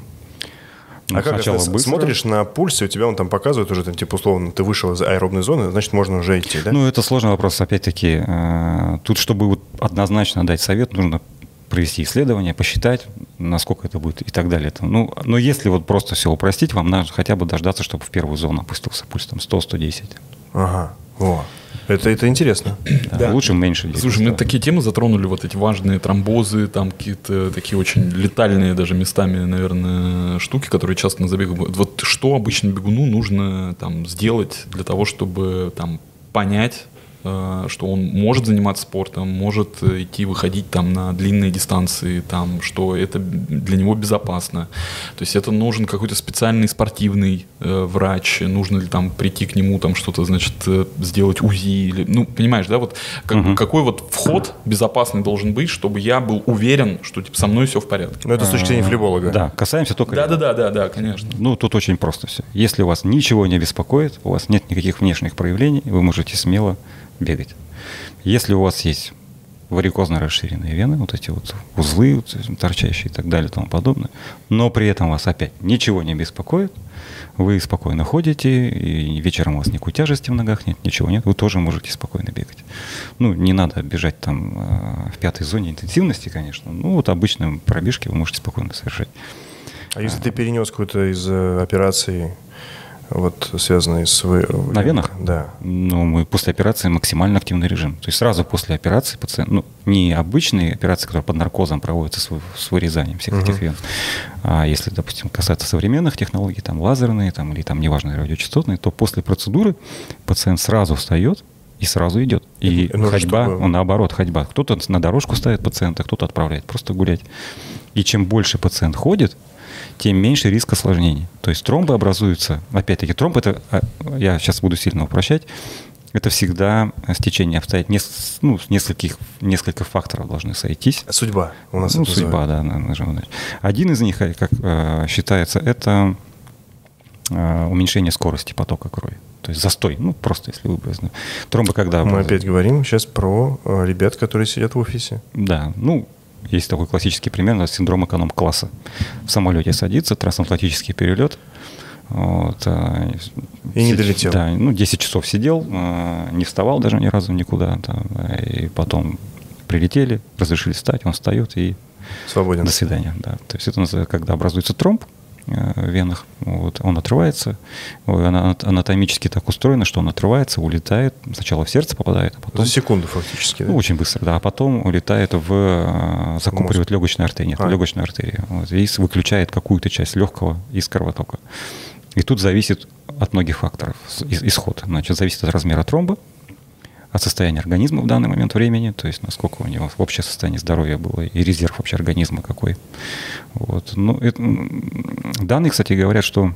Speaker 1: А как ты
Speaker 2: быстро.
Speaker 1: смотришь на пульс, и у тебя он там показывает уже, типа, условно, ты вышел из аэробной зоны, значит, можно уже идти, да?
Speaker 2: Ну, это сложный вопрос, опять-таки. Тут, чтобы вот однозначно дать совет, нужно провести исследование, посчитать, насколько это будет и так далее. Ну, но если вот просто все упростить, вам надо хотя бы дождаться, чтобы в первую зону опустился пульс, там, 100-110.
Speaker 1: Ага, во. Это интересно.
Speaker 2: Да. Лучше меньше.
Speaker 3: Слушай, мы такие темы затронули, вот эти важные тромбозы, там какие-то такие очень летальные даже местами, наверное, штуки, которые часто на забегах бывают. Вот что обычно бегуну нужно там сделать для того, чтобы там понять, что он может заниматься спортом, может идти, выходить там на длинные дистанции, там, что это для него безопасно. То есть это нужен какой-то специальный спортивный врач, нужно ли там прийти к нему, там что-то, значит, сделать УЗИ, или, ну, понимаешь, да, вот какой вот вход безопасный должен быть, чтобы я был уверен, что типа, со мной все в порядке.
Speaker 1: Ну, это с точки зрения флеболога.
Speaker 2: Да, касаемся только...
Speaker 3: Да, конечно.
Speaker 2: Ну, тут очень просто все. Если вас ничего не беспокоит, у вас нет никаких внешних проявлений, вы можете смело бегать. Если у вас есть варикозно расширенные вены, вот эти вот узлы вот, торчащие и так далее и тому подобное, но при этом вас опять ничего не беспокоит, вы спокойно ходите, и вечером у вас никакой тяжести в ногах нет, ничего нет, вы тоже можете спокойно бегать. Ну, не надо бежать там в 5-й зоне интенсивности, конечно, ну, вот обычные пробежки вы можете спокойно совершать.
Speaker 1: А если ты перенес какую-то из операций, вот связанные с...
Speaker 2: На венах?
Speaker 1: Да.
Speaker 2: Ну, мы после операции максимально активный режим. То есть сразу после операции пациент... Ну, не обычные операции, которые под наркозом проводятся с вырезанием всех этих вен. А если, допустим, касаться современных технологий, там лазерные, там, или там неважно радиочастотные, то после процедуры пациент сразу встает и сразу идет. И ходьба, наоборот, ходьба. Кто-то на дорожку ставит пациента, кто-то отправляет просто гулять. И чем больше пациент ходит, тем меньше риск осложнений. То есть тромбы образуются, опять-таки, тромб это, я сейчас буду сильно упрощать, это всегда стечение обстоятельств, несколько факторов должны сойтись.
Speaker 1: Судьба у нас.
Speaker 2: Ну, судьба, да. Один из них, как считается, это уменьшение скорости потока крови. То есть застой, ну, просто если выбрать. Тромбы когда...
Speaker 1: Мы опять говорим сейчас про ребят, которые сидят в офисе.
Speaker 2: Да, ну, есть такой классический пример, синдром эконом-класса. В самолете садится, трансатлантический перелет. Вот,
Speaker 1: и не долетел.
Speaker 2: Да, 10 часов сидел, не вставал даже ни разу никуда. И потом прилетели, разрешили встать, он встает и
Speaker 1: свободен.
Speaker 2: До свидания. Да. То есть это когда образуется тромб в венах, вот, он отрывается, анатомически так устроено, что он отрывается, улетает, сначала в сердце попадает, а потом...
Speaker 1: За секунду фактически, да?
Speaker 2: Ну, очень быстро, да, а потом улетает закупоривает легочную артерию, легочную артерию, вот, и выключает какую-то часть легкого из кровотока. И тут зависит от многих факторов исход. Значит, зависит от размера тромба, от состояния организма в данный момент времени, то есть насколько у него общее состояние здоровья было и резерв вообще организма какой. Вот. Ну, данные, кстати, говорят, что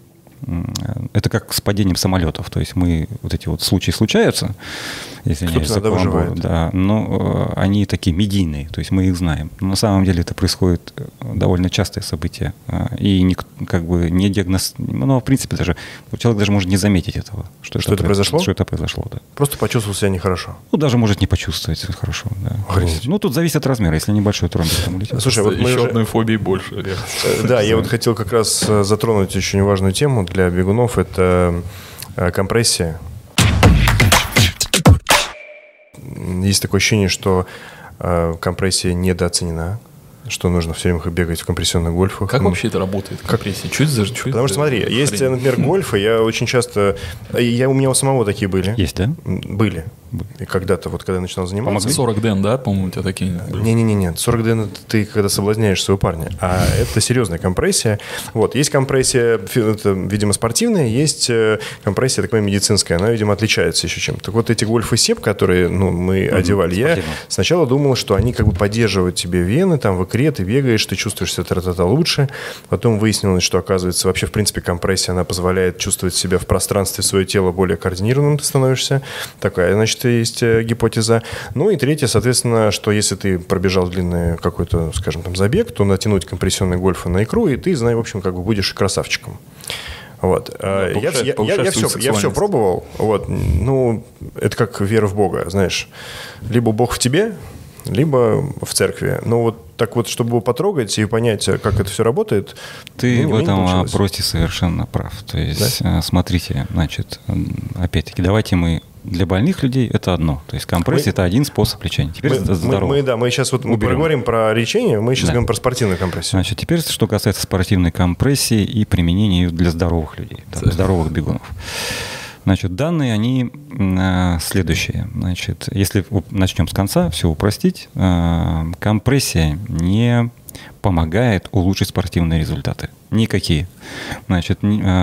Speaker 2: это как с падением самолетов. То есть вот эти вот случаи случаются, если
Speaker 1: кто-то иногда выживает.
Speaker 2: Да, но они такие медийные, то есть мы их знаем. Но на самом деле это происходит довольно частое событие. И как бы не диагноз... Ну, в принципе, даже человек даже может не заметить этого. Что это произошло? Что это произошло, да.
Speaker 1: Просто почувствовал себя нехорошо.
Speaker 2: Ну, даже может не почувствовать хорошо, да.
Speaker 1: Охренеть.
Speaker 2: Ну, тут зависит от размера. Если небольшой тромб там улетит.
Speaker 3: Слушай, вот еще одной фобии больше.
Speaker 1: Да, я вот хотел как раз затронуть очень важную тему для бегунов. Это компрессия. Есть такое ощущение, что компрессия недооценена, что нужно все время бегать в компрессионных гольфах.
Speaker 3: Как вообще это работает, компрессия?
Speaker 1: Потому что, смотри, есть, например, гольфы, я очень часто... У меня у самого такие были.
Speaker 2: Есть, да?
Speaker 1: Были. И когда-то, вот когда я начинал заниматься...
Speaker 3: Помогли? 40 ден, да, по-моему, у тебя такие?
Speaker 1: Не-не-не, 40 ден ты когда соблазняешь своего парня, а это серьезная компрессия. Вот, есть компрессия, это, видимо, спортивная, есть компрессия такая медицинская, она, видимо, отличается еще чем-то. Так вот, эти гольфы СЕП, которые мы одевали, я сначала думал, что они как бы поддерживают тебе вены, там в икре ты бегаешь, ты чувствуешь себя лучше. Потом выяснилось, что, оказывается, вообще, в принципе, компрессия, она позволяет чувствовать себя в пространстве, свое тело более координированным ты становишься. Такая, значит, есть гипотеза. Ну и третье, соответственно, что если ты пробежал длинный какой-то, скажем, там забег, то натянуть компрессионные гольфы на икру, и ты, в общем, как бы будешь красавчиком. Вот. Да, я все пробовал. Вот. Ну, это как вера в Бога, знаешь. Либо Бог в тебе, либо в церкви. Но вот так вот, чтобы его потрогать и понять, как это все работает.
Speaker 2: Ты в этом вопросе совершенно прав. То есть, да? Смотрите, значит, опять-таки, давайте мы для больных людей это одно. То есть компрессия это один способ лечения. Теперь здоровых.
Speaker 1: Мы сейчас вот проговорим про лечение, мы сейчас говорим про спортивную компрессию.
Speaker 2: Значит, теперь, что касается спортивной компрессии и применения ее для здоровых людей, для здоровых бегунов. Значит, данные, они следующие. Значит, если начнем с конца, все упростить, компрессия не помогает улучшить спортивные результаты. Никакие. Значит,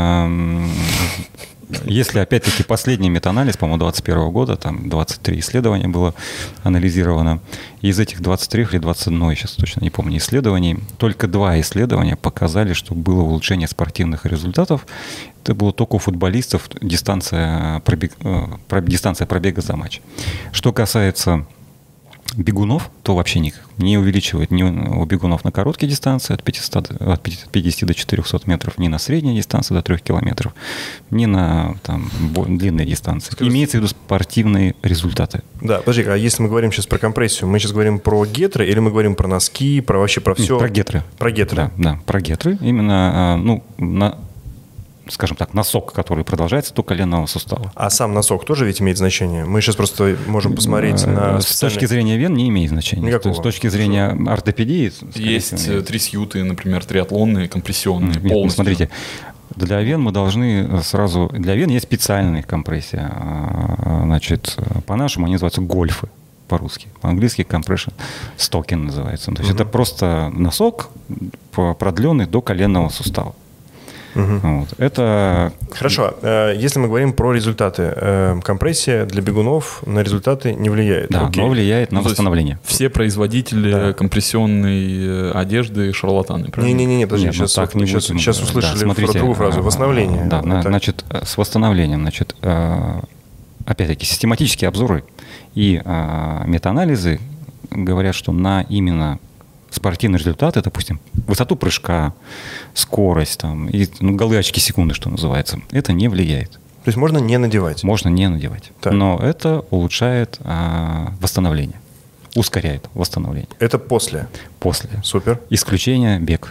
Speaker 2: если, опять-таки, последний метаанализ, по-моему, 2021 года, там 23 исследования было анализировано, из этих 23 или 21, я сейчас точно не помню, исследований, только 2 исследования показали, что было улучшение спортивных результатов. Это было только у футболистов дистанция пробега за матч. Что касается бегунов, то вообще никак. Не увеличивает ни у бегунов на короткие дистанции от 50 до 400 метров, ни на средней дистанции до 3 километров, ни на длинные дистанции. Имеется в виду спортивные результаты.
Speaker 1: Да, подожди, а если мы говорим сейчас про компрессию, мы сейчас говорим про гетры или мы говорим про носки, про вообще про все?
Speaker 2: Нет, про гетры.
Speaker 1: Про гетры.
Speaker 2: Да, про гетры. Именно, скажем так, носок, который продолжается до коленного сустава.
Speaker 1: А сам носок тоже ведь имеет значение? Мы сейчас просто можем посмотреть на...
Speaker 2: С точки зрения вен не имеет значения.
Speaker 1: Никакого.
Speaker 2: С точки зрения ортопедии...
Speaker 3: Есть трисьюты, например, триатлонные, компрессионные, полностью.
Speaker 2: Смотрите, для вен мы должны сразу... Для вен есть специальная компрессия. Значит, по-нашему они называются гольфы. По-русски. По-английски compression stocking называется. То есть это просто носок, продленный до коленного сустава. Вот. Это...
Speaker 1: Хорошо. Если мы говорим про результаты, компрессия для бегунов на результаты не влияет.
Speaker 2: Да, но влияет на восстановление.
Speaker 3: Все производители компрессионной одежды шарлатаны, правильно?
Speaker 1: Не-не-не, подожди, сейчас услышали другую фразу. Восстановление.
Speaker 2: Да, значит, с восстановлением. Значит, опять-таки, систематические обзоры и метаанализы говорят, что на именно спортивные результаты, допустим, высоту прыжка, скорость, и голые очки секунды, что называется, это не влияет.
Speaker 1: То есть можно не надевать?
Speaker 2: Можно не надевать. Так. Но это улучшает восстановление, ускоряет восстановление.
Speaker 1: Это после?
Speaker 2: После.
Speaker 1: Супер.
Speaker 2: Исключение бег.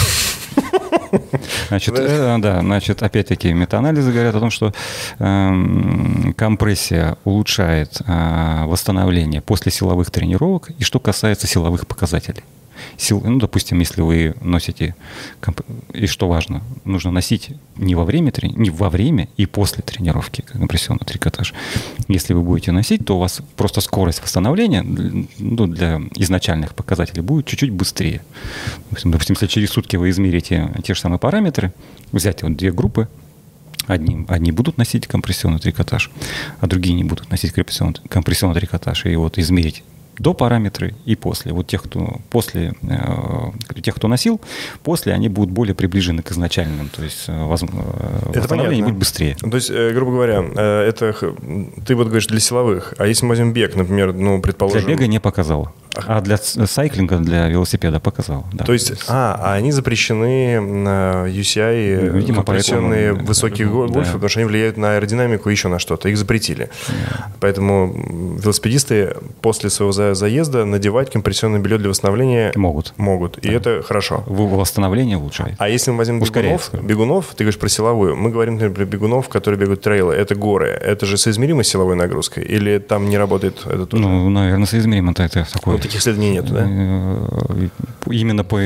Speaker 2: Значит, опять-таки, метаанализы говорят о том, что компрессия улучшает восстановление после силовых тренировок, и что касается силовых показателей. Допустим, если вы носите, и что важно, нужно носить не во время и после тренировки компрессионный трикотаж. Если вы будете носить, то у вас просто скорость восстановления для изначальных показателей будет чуть-чуть быстрее. Допустим, если через сутки вы измерите те же самые параметры, взять две группы, одни будут носить компрессионный трикотаж, а другие не будут носить компрессионный трикотаж, и измерить до параметры и после. Вот тех, кто носил, после они будут более приближены к изначальным, то есть восстановление будет быстрее.
Speaker 1: То есть, грубо говоря, это ты говоришь для силовых, а если мы возьмем бег, например, предположим...
Speaker 2: Для бега не показал. А для сайклинга, для велосипеда показал. Да.
Speaker 1: То есть, они запрещены на UCI, компрессионные высокие гольфы, потому что они влияют на аэродинамику и еще на что-то. Их запретили. Да. Поэтому велосипедисты после своего заезда надевать компрессионное белье для восстановления могут. И это хорошо.
Speaker 2: Восстановление улучшает.
Speaker 1: А если мы возьмем бегунов, ты говоришь про силовую, мы говорим, например, про бегунов, которые бегают трейлы. Это горы. Это же соизмеримо с силовой нагрузкой? Или там не работает это тоже?
Speaker 2: Наверное, соизмеримо. Это такой
Speaker 1: Таких исследований нет, да?
Speaker 2: Именно по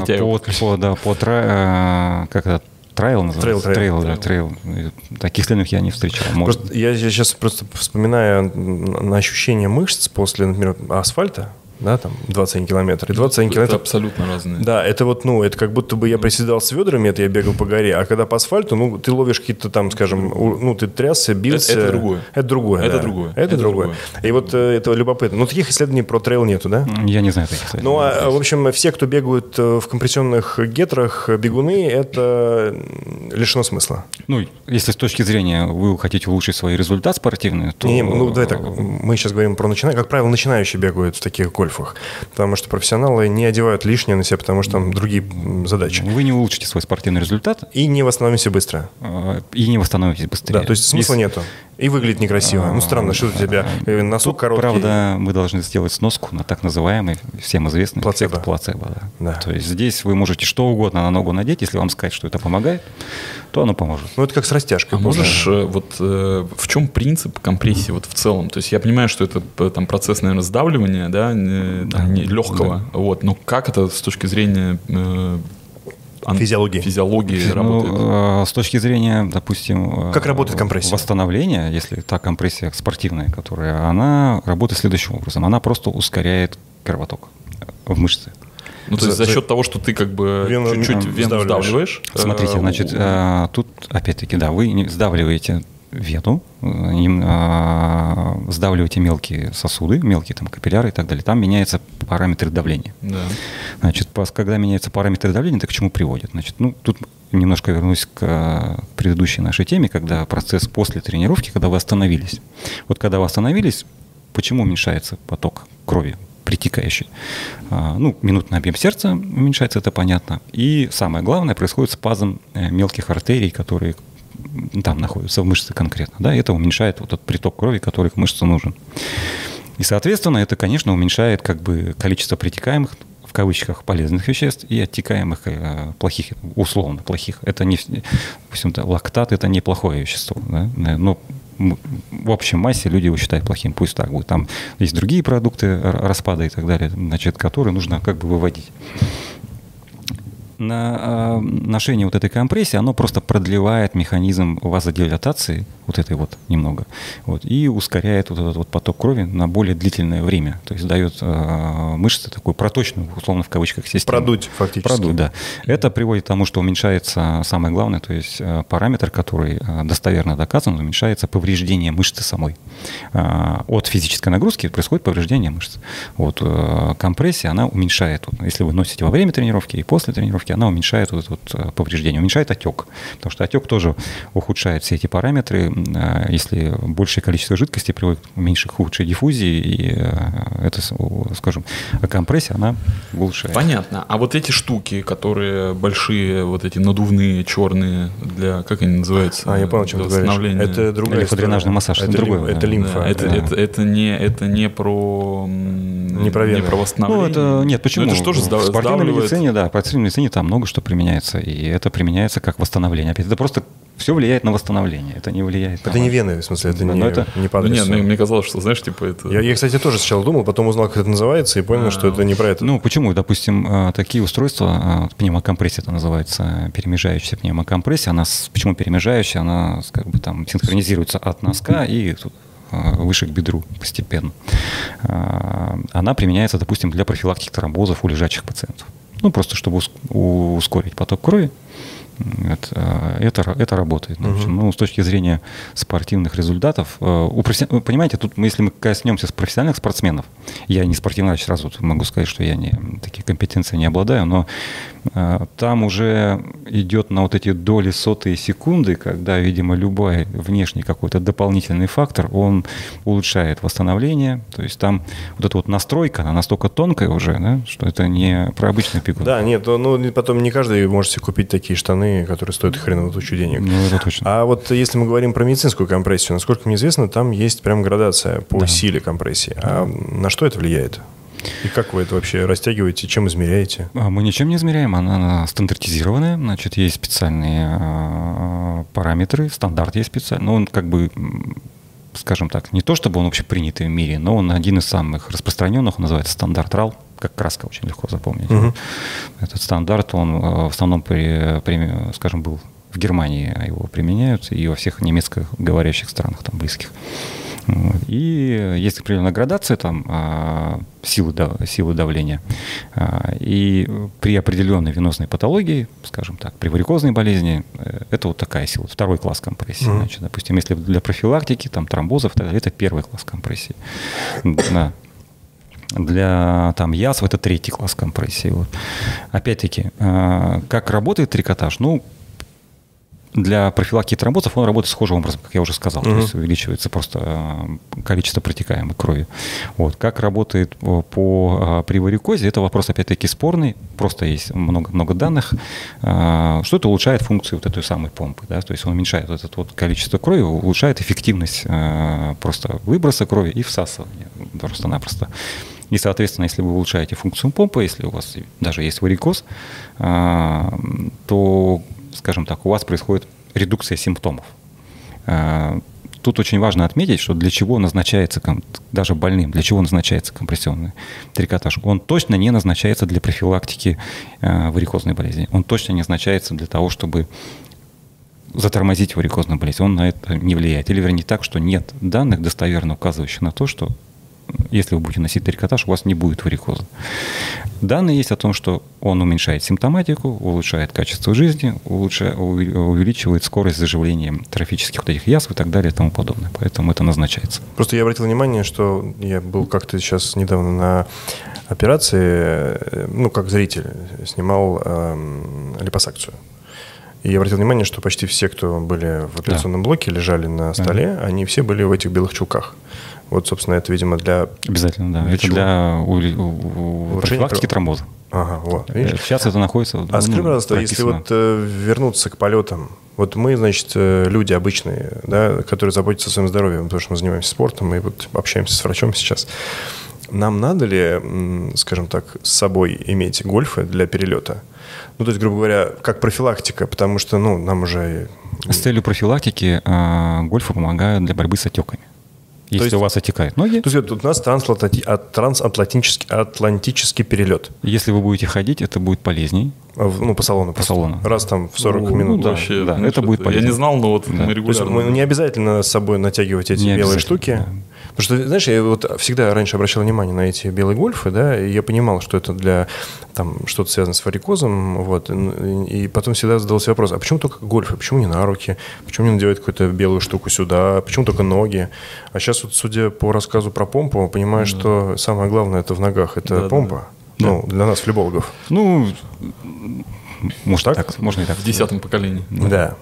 Speaker 2: Трайл называется? Трайл. Таких исследований я не встречал.
Speaker 1: Я сейчас просто вспоминаю на ощущение мышц после, например, асфальта. Да, там 21 километр. И 21 километр.
Speaker 3: Это абсолютно разные.
Speaker 1: Да, это вот, это как будто бы я приседал с ведрами, это я бегал по горе, а когда по асфальту, ты ловишь какие-то там, скажем, ты трясся, бился.
Speaker 3: Это другое.
Speaker 1: Это другое,
Speaker 3: это
Speaker 1: да.
Speaker 3: другое.
Speaker 1: Это другое. И вот это любопытно. Но таких исследований про трейл нету, да?
Speaker 2: Я не знаю таких исследований.
Speaker 1: В общем, все, кто бегают в компрессионных гетрах, бегуны, это лишено смысла.
Speaker 2: Если с точки зрения вы хотите улучшить свой результат спортивный, то...
Speaker 1: Давай так, мы сейчас говорим про начинающих. Как правило, начинающие бегают в таких гольфах. Потому что профессионалы не одевают лишнее на себя, потому что там другие задачи.
Speaker 2: Вы не улучшите свой спортивный результат.
Speaker 1: И не восстановитесь быстро.
Speaker 2: И не восстановитесь быстрее.
Speaker 1: Да, то есть смысла нету. И выглядит некрасиво. Странно, что у тебя носок короткий.
Speaker 2: Правда, мы должны сделать сноску на так называемый, всем известный
Speaker 1: плацебо.
Speaker 2: Да. То есть здесь вы можете что угодно на ногу надеть, если вам сказать, что это помогает, то оно поможет.
Speaker 1: Это как с растяжкой.
Speaker 3: А можешь, в чем принцип компрессии в целом? То есть я понимаю, что это там процесс, наверное, сдавливания, да, легкого. Да. Но как это с точки зрения физиологии работает?
Speaker 2: С точки зрения, допустим,
Speaker 1: как работает компрессия?
Speaker 2: Восстановления, если та компрессия спортивная, которая, она работает следующим образом. Она просто ускоряет кровоток в мышцы.
Speaker 3: То есть за счет того, что ты чуть-чуть вену сдавливаешь?
Speaker 2: Смотрите, значит, тут опять-таки, да, вы сдавливаете вену, сдавливаете мелкие сосуды, мелкие там капилляры и так далее. Там меняются параметры давления.
Speaker 3: Да.
Speaker 2: Значит, когда меняются параметры давления, это к чему приводит? Значит, тут немножко вернусь к предыдущей нашей теме, когда процесс после тренировки, когда вы остановились. Вот когда вы остановились, почему уменьшается поток крови притекающий? Минутный объем сердца уменьшается, это понятно. И самое главное, происходит спазм мелких артерий, которые там находятся в мышце конкретно. Да, это уменьшает вот этот приток крови, который к мышце нужен. И, соответственно, это, конечно, уменьшает количество притекаемых, в кавычках, полезных веществ и оттекаемых плохих, условно плохих. Это не, допустим, лактат – это неплохое вещество. Да? Но в общей массе люди его считают плохим. Пусть так будет. Там есть другие продукты распада и так далее, значит, которые нужно выводить. Ношение этой компрессии, оно просто продлевает механизм вазодилатации немного, и ускоряет этот поток крови на более длительное время. То есть дает мышце такую проточную, условно в кавычках, систему.
Speaker 1: Продуть фактически.
Speaker 2: Продуть, да. Это приводит к тому, что уменьшается самое главное, то есть параметр, который достоверно доказан, уменьшается повреждение мышцы самой. От физической нагрузки происходит повреждение мышц. Компрессия, она уменьшает. Если вы носите во время тренировки и после тренировки, она уменьшает повреждение, уменьшает отек. Потому что отек тоже ухудшает все эти параметры. Если большее количество жидкости приводит к худшей диффузии, и это, скажем, компрессия, она улучшает.
Speaker 3: Понятно. А эти штуки, которые большие, эти надувные, черные, для, как они называются?
Speaker 1: Я понял, чем ты говоришь. Это другая
Speaker 2: лимфодренажный массаж, это другое.
Speaker 1: Это лимфа.
Speaker 3: Да, это не про восстановление.
Speaker 2: Нет, почему?
Speaker 3: Это же тоже
Speaker 2: в спортивной медицине, в спортивной медицине там много что применяется, и это применяется как восстановление. Опять, это просто все влияет на восстановление, это не влияет на...
Speaker 1: Это не вены, в смысле, это не по адресу.
Speaker 3: Нет, мне казалось, что, знаешь, это...
Speaker 1: Я, кстати, тоже сначала думал, потом узнал, как это называется, и понял, что это не про это.
Speaker 2: Почему? Допустим, такие устройства, пневмокомпрессия это называется, перемежающаяся пневмокомпрессия, почему перемежающая? Она синхронизируется от носка и выше к бедру постепенно. Она применяется, допустим, для профилактики тромбозов у лежачих пациентов. Просто чтобы ускорить поток крови. Это работает. С точки зрения спортивных результатов, понимаете, тут если мы коснемся профессиональных спортсменов, я не спортивный врач, сразу могу сказать, что я такие компетенции не обладаю, но там уже идет на эти доли сотые секунды, когда, видимо, любой внешний какой-то дополнительный фактор, он улучшает восстановление. То есть там эта настройка, она настолько тонкая уже, да, что это не про обычный бегун.
Speaker 1: Да, нет, потом не каждый может себе купить такие штаны, которые стоят хреново тучу денег.
Speaker 2: Это точно.
Speaker 1: А если мы говорим про медицинскую компрессию, насколько мне известно, там есть прям градация по силе компрессии. А на что это влияет? И как вы это вообще растягиваете, чем измеряете?
Speaker 2: Мы ничем не измеряем, она стандартизированная, значит, есть специальные параметры, стандарт есть специальный, но он скажем так, не то чтобы он общепринятый в мире, но он один из самых распространенных, он называется стандарт RAL, как краска, очень легко запомнить. Этот стандарт, он в основном, скажем, был в Германии, его применяют, и во всех немецкоговорящих странах, там, близких. И есть определенная градация там, силы давления. И при определенной венозной патологии, скажем так, при варикозной болезни, это вот такая сила, второй класс компрессии. Значит, допустим, если для профилактики, там, тромбозов, тогда это первый класс компрессии. Да. Для там, язв это третий класс компрессии. Вот. Опять-таки, как работает трикотаж? Ну, для профилактики тромбозов он работает схожим образом, как я уже сказал. То есть увеличивается просто количество протекаемой крови. Вот. Как работает при варикозе, это вопрос опять-таки спорный. Просто есть много данных. Что это улучшает функцию вот этой самой помпы. Да? То есть он уменьшает вот это вот количество крови, улучшает эффективность просто выброса крови и всасывания просто-напросто. И, соответственно, если вы улучшаете функцию помпы, если у вас даже есть варикоз, то, скажем так, у вас происходит редукция симптомов. Тут очень важно отметить, что для чего назначается, даже больным, для чего назначается компрессионный трикотаж. Он точно не назначается для профилактики варикозной болезни. Он точно не назначается для того, чтобы затормозить варикозную болезнь. Он на это не влияет. Или, вернее, так, что нет данных, достоверно указывающих на то, что если вы будете носить трикотаж, у вас не будет варикоза. Данные есть о том, что он уменьшает симптоматику, улучшает качество жизни, увеличивает скорость заживления трофических вот этих язв и так далее и тому подобное. Поэтому это назначается.
Speaker 1: Просто я обратил внимание, что я был как-то сейчас недавно на операции, ну, как зритель, снимал липосакцию. И я обратил внимание, что почти все, кто были в операционном блоке, лежали на столе, они все были в этих белых чулках. Вот, собственно, это, видимо, для...
Speaker 2: Обязательно, да. Это для профилактики тромбоза.
Speaker 1: Ага, вот. Видишь?
Speaker 2: Сейчас это находится...
Speaker 1: А скажи, пожалуйста, если вот вернуться к полетам, вот мы, значит, люди обычные, да, которые заботятся о своем здоровье, потому что мы занимаемся спортом и вот общаемся с врачом сейчас. Нам надо ли, скажем так, с собой иметь гольфы для перелета? Ну, то есть, грубо говоря, как профилактика, потому что, ну, нам уже...
Speaker 2: С целью профилактики гольфы помогают для борьбы с отеками. Если у вас отекают ноги.
Speaker 1: То есть у нас трансатлантический перелет.
Speaker 2: Если вы будете ходить, это будет полезней.
Speaker 1: Ну, по салону.
Speaker 2: По салону.
Speaker 1: Раз там в 40 минут.
Speaker 2: Да, вообще, да, это будет полезно.
Speaker 3: Я не знал, но вот мы регулярно...
Speaker 1: То есть не обязательно с собой натягивать эти белые штуки. Да. Потому что, знаешь, я вот всегда раньше обращал внимание на эти белые гольфы, да, и я понимал, что это для там что-то связано с варикозом, вот, и потом всегда задался вопрос, а почему только гольфы, почему не на руки, почему не надевают какую-то белую штуку сюда, почему только ноги? А сейчас вот, судя по рассказу про помпу, понимаю, что самое главное это в ногах, это помпа, ну, для нас, флебологов.
Speaker 2: Ну, может так, можно и так.
Speaker 3: В 10-м поколении.
Speaker 1: Да.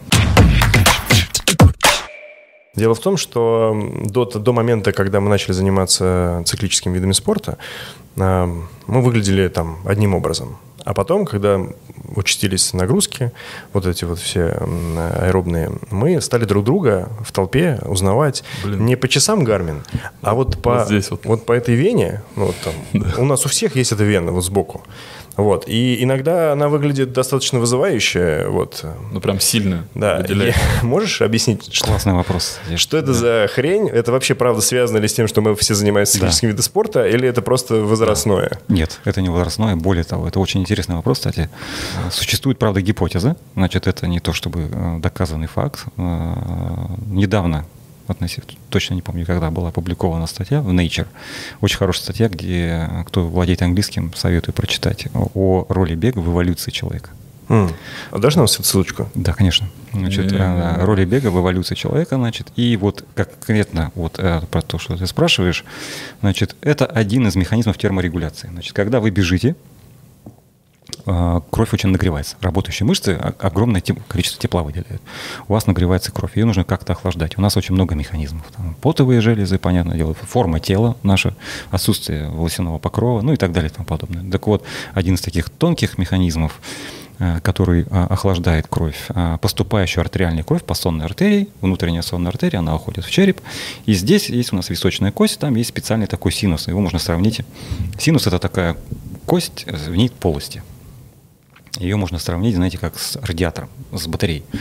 Speaker 1: Дело в том, что до момента, когда мы начали заниматься циклическими видами спорта, мы выглядели там одним образом. А потом, когда участились нагрузки, вот эти вот все аэробные, мы стали друг друга в толпе узнавать не по часам Garmin, а вот по, вот по этой вене. Ну, вот там, у нас у всех есть эта вена вот сбоку. Вот. И иногда она выглядит достаточно вызывающе. Вот.
Speaker 3: Ну, прям сильно.
Speaker 1: Да. Можешь объяснить?
Speaker 2: Классный вопрос.
Speaker 1: Что это за хрень? Это вообще правда связано ли с тем, что мы все занимаемся циклическими видами спорта, или это просто возрастное?
Speaker 2: Нет, это не возрастное. Более того, это очень интересный вопрос, кстати. Существует, правда, гипотеза. Значит, это не то чтобы доказанный факт. Недавно, точно не помню, когда была опубликована статья в Nature. Очень хорошая статья, где, кто владеет английским, советую прочитать, о роли бега в эволюции человека.
Speaker 1: А дашь нам ссылочку?
Speaker 2: Да, конечно. Значит, роли бега в эволюции человека, значит, и вот конкретно вот про то, что ты спрашиваешь, значит, это один из механизмов терморегуляции. Значит, когда вы бежите, кровь очень нагревается. Работающие мышцы огромное количество тепла выделяют. У вас нагревается кровь, ее нужно как-то охлаждать. У нас очень много механизмов. Там потовые железы, понятное дело, форма тела наша, отсутствие волосяного покрова, ну и так далее и тому подобное. Так вот, один из таких тонких механизмов, который охлаждает кровь, поступающую артериальную кровь по сонной артерии, внутренняя сонная артерия, она уходит в череп. И здесь есть у нас височная кость, там есть специальный такой синус. Его можно сравнить. Синус – это такая кость, в ней полости. Ее можно сравнить, знаете, как с радиатором, с батареей.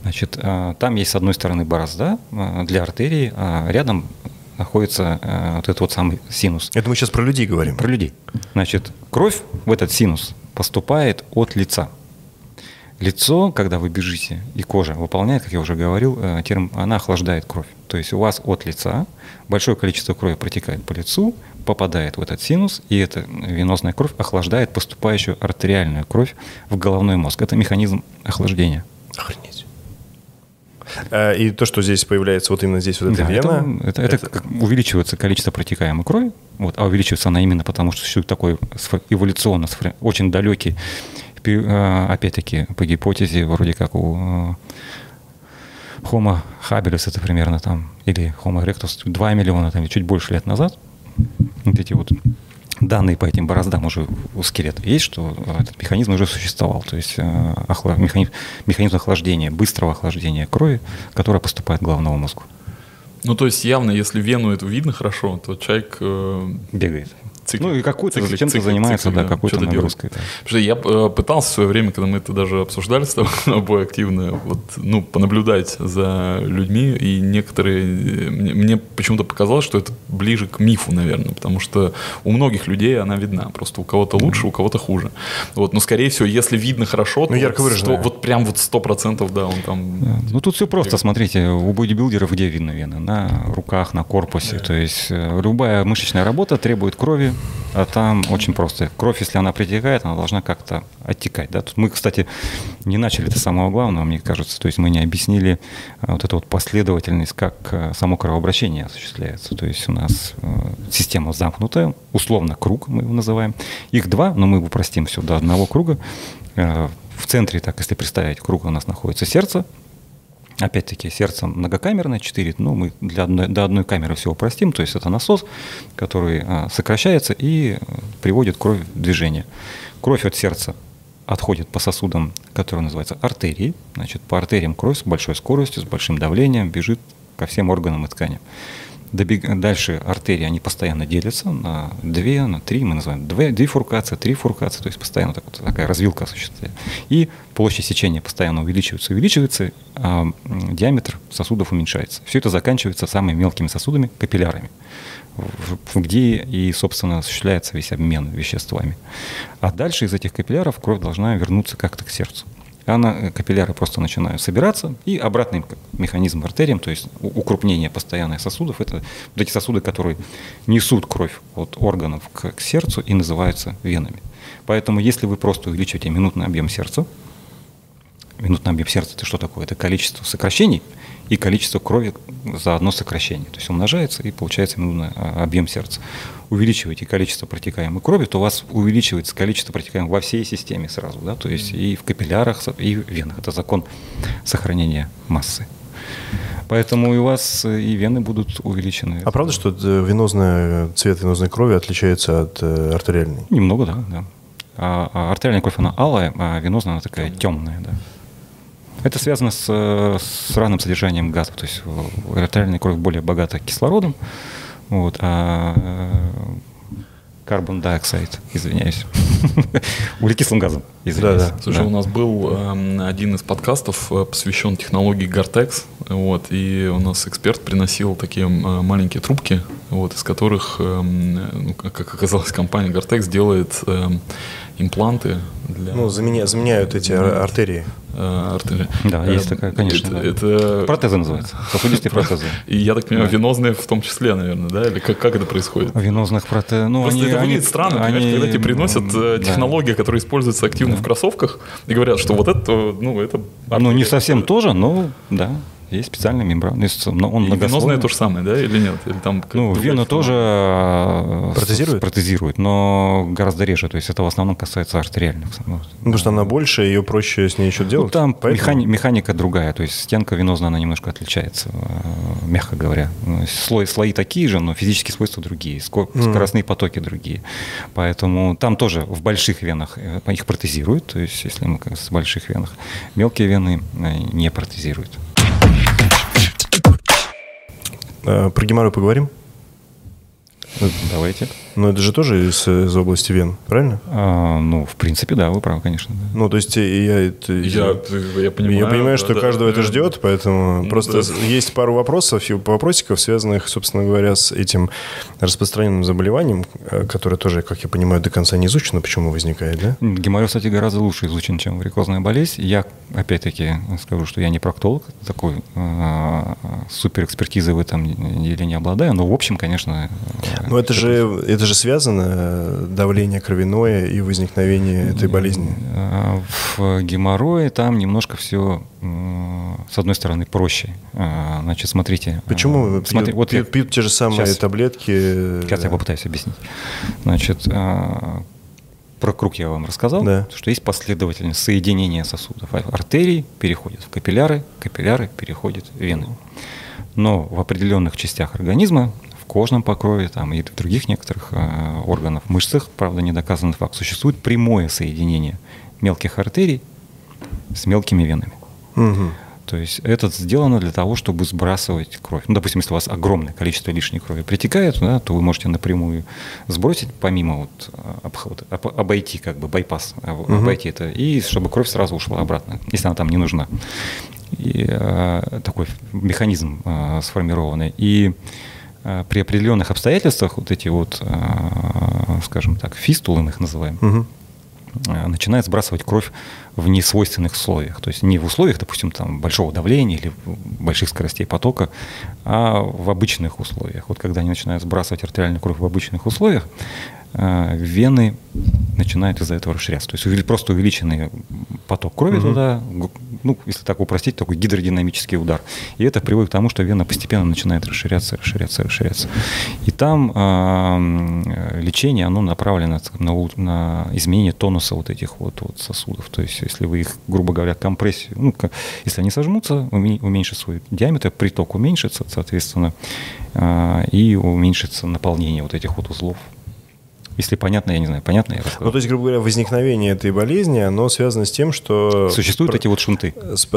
Speaker 2: Значит, там есть с одной стороны борозда для артерии, а рядом находится вот этот вот самый синус.
Speaker 1: Это мы сейчас про людей говорим.
Speaker 2: Про людей. Значит, кровь в этот синус поступает от лица. Лицо, когда вы бежите, и кожа выполняет, как я уже говорил, она охлаждает кровь. То есть у вас от лица большое количество крови протекает по лицу, попадает в этот синус, и эта венозная кровь охлаждает поступающую артериальную кровь в головной мозг. Это механизм охлаждения.
Speaker 1: Охренеть. И то, что здесь появляется, вот именно здесь вот эта вена...
Speaker 2: Это увеличивается количество протекаемой крови, вот, а увеличивается она именно потому, что существует такой эволюционно очень далекий, опять-таки, по гипотезе, вроде как у Homo habilis, это примерно там, или Homo erectus, 2 миллиона, там, или чуть больше лет назад, вот эти вот данные по этим бороздам уже у скелета есть, что этот механизм уже существовал, то есть механизм охлаждения, быстрого охлаждения крови, которая поступает к головному мозгу.
Speaker 3: Ну, то есть явно, если вену эту видно хорошо, то человек...
Speaker 2: бегает. Ну и какой-то чем-то занимается, да, какой-то нагрузкой. Да.
Speaker 3: Потому что я пытался в свое время, когда мы это даже обсуждали с тобой активно, вот, ну, понаблюдать за людьми, и некоторые... Мне почему-то показалось, что это ближе к мифу, наверное, потому что у многих людей она видна, просто у кого-то лучше, у кого-то хуже. Вот, но, скорее всего, если видно хорошо, то
Speaker 1: ярко выраженная.
Speaker 3: Вот прям вот 100%, да, он там...
Speaker 2: Да. Ну тут все просто, смотрите, у бодибилдеров где видно вены? На руках, на корпусе, то есть любая мышечная работа требует крови, а там очень просто. Кровь, если она притекает, она должна как-то оттекать. Да? Тут мы, кстати, не начали это самого главного, мне кажется. То есть мы не объяснили вот эту вот последовательность, как само кровообращение осуществляется. То есть у нас система замкнутая, условно круг мы его называем. Их два, но мы упростим все до одного круга. В центре, так, если представить, круга у нас находится сердце. Опять-таки, сердце многокамерное, 4, но мы до одной камеры все упростим, то есть это насос, который сокращается и приводит кровь в движение. Кровь от сердца отходит по сосудам, которые называются артерии. Значит, по артериям кровь с большой скоростью, с большим давлением бежит ко всем органам и тканям. Дальше артерии, они постоянно делятся на 2, на 3, мы называем дифуркация, трифуркация, то есть постоянно такая развилка осуществляется. И площадь сечения постоянно увеличивается, а диаметр сосудов уменьшается. Все это заканчивается самыми мелкими сосудами, капиллярами, где и, собственно, осуществляется весь обмен веществами. А дальше из этих капилляров кровь должна вернуться как-то к сердцу. Капилляры просто начинают собираться, и обратный механизм артериям, то есть укрупнение постоянных сосудов, это вот эти сосуды, которые несут кровь от органов к сердцу и называются венами. Поэтому если вы просто увеличиваете минутный объем сердца, это что такое? Это количество сокращений и количество крови за одно сокращение. То есть умножается и получается минутный объем сердца. Увеличиваете количество протекаемой крови, то у вас увеличивается количество протекаемой во всей системе сразу. Да? То есть и в капиллярах, и в венах. Это закон сохранения массы. Поэтому и у вас и вены будут увеличены.
Speaker 1: А правда, что цвет венозной крови отличается от артериальной?
Speaker 2: Немного, да. А артериальная кровь, она алая, а венозная, она такая темная, да. Это связано с равным содержанием газов. То есть артериальная кровь более богата кислородом, вот, а carbon dioxide, извиняюсь, углекислым газом, извиняюсь.
Speaker 1: Да.
Speaker 3: Слушай, у нас был один из подкастов, посвящен технологии Gore-Tex, вот, и у нас эксперт приносил такие маленькие трубки, вот, из которых, как оказалось, компания Gore-Tex делает импланты для...
Speaker 1: заменяют эти артерии.
Speaker 3: Артерии.
Speaker 2: Да, есть такая, конечно.
Speaker 3: Это...
Speaker 2: Протезы называются, сосудистые протезы.
Speaker 3: И я так понимаю, венозные в том числе, наверное, да? Или как это происходит?
Speaker 2: Венозных протезов...
Speaker 3: Просто это выглядит странно, понимаешь, когда тебе приносят технологию, которая используется активно в кроссовках, и говорят, что вот это, это...
Speaker 2: не совсем тоже, но да. Есть специальная мембрана. Он
Speaker 3: венозная то же самое, да, или нет? Или там
Speaker 2: вену тоже
Speaker 1: протезирует,
Speaker 2: но гораздо реже. То есть это в основном касается артериальных.
Speaker 1: Потому что она больше, ее проще с ней еще делать.
Speaker 2: Там механика другая. То есть стенка венозная, она немножко отличается, мягко говоря. Слои такие же, но физические свойства другие, скоростные потоки другие. Поэтому там тоже в больших венах их протезируют. То есть если мы в больших венах, мелкие вены не протезируют.
Speaker 1: Про геморрой поговорим?
Speaker 2: Давайте.
Speaker 1: Но это же тоже из области вен, правильно?
Speaker 2: Ну, в принципе, да, вы правы, конечно. Да.
Speaker 1: Ну, то есть я понимаю, что каждого это ждет, поэтому просто есть пару вопросиков, связанных, собственно говоря, с этим распространенным заболеванием, которое тоже, как я понимаю, до конца не изучено, почему возникает, да?
Speaker 2: Геморрой, кстати, гораздо лучше изучен, чем варикозная болезнь. Я, опять-таки, скажу, что я не проктолог, такой суперэкспертизы в этом деле не обладаю, но, в общем, конечно...
Speaker 1: Но это же связано, давление кровяное и возникновение этой болезни?
Speaker 2: В геморрое там немножко все, с одной стороны, проще. Значит, смотрите.
Speaker 1: Почему пьют те же самые таблетки?
Speaker 2: Сейчас я попытаюсь объяснить. Значит, про круг я вам рассказал, да. Что есть последовательность соединения сосудов. Артерии переходят в капилляры, капилляры переходят в вены. Но в определенных частях организма, в кожном покрове там, и в других некоторых органах, мышцах, правда, не доказанный факт, существует прямое соединение мелких артерий с мелкими венами. Угу. То есть это сделано для того, чтобы сбрасывать кровь. Ну, допустим, если у вас огромное количество лишней крови притекает, да, то вы можете напрямую сбросить, помимо обойти как бы байпас, обойти это, и чтобы кровь сразу ушла обратно, если она там не нужна. И такой механизм сформированный. И при определенных обстоятельствах вот эти вот, скажем так, фистулы, мы их называем, начинает сбрасывать кровь в несвойственных условиях. То есть не в условиях, допустим, там, большого давления или больших скоростей потока, а в обычных условиях. Вот когда они начинают сбрасывать артериальную кровь в обычных условиях, вены начинают из-за этого расширяться. То есть просто увеличенный поток крови туда, ну, если так упростить, такой гидродинамический удар. И это приводит к тому, что вена постепенно начинает расширяться. И там лечение, оно направлено на изменение тонуса вот этих вот сосудов. То есть если вы их, грубо говоря, компрессию, ну, если они сожмутся, уменьшат свой диаметр, приток уменьшится, соответственно, и уменьшится наполнение вот этих вот узлов. Если понятно, я не знаю, понятно я рассказал.
Speaker 1: Ну, то есть, грубо говоря, возникновение этой болезни, оно связано с тем, что...
Speaker 2: Существуют эти вот шунты.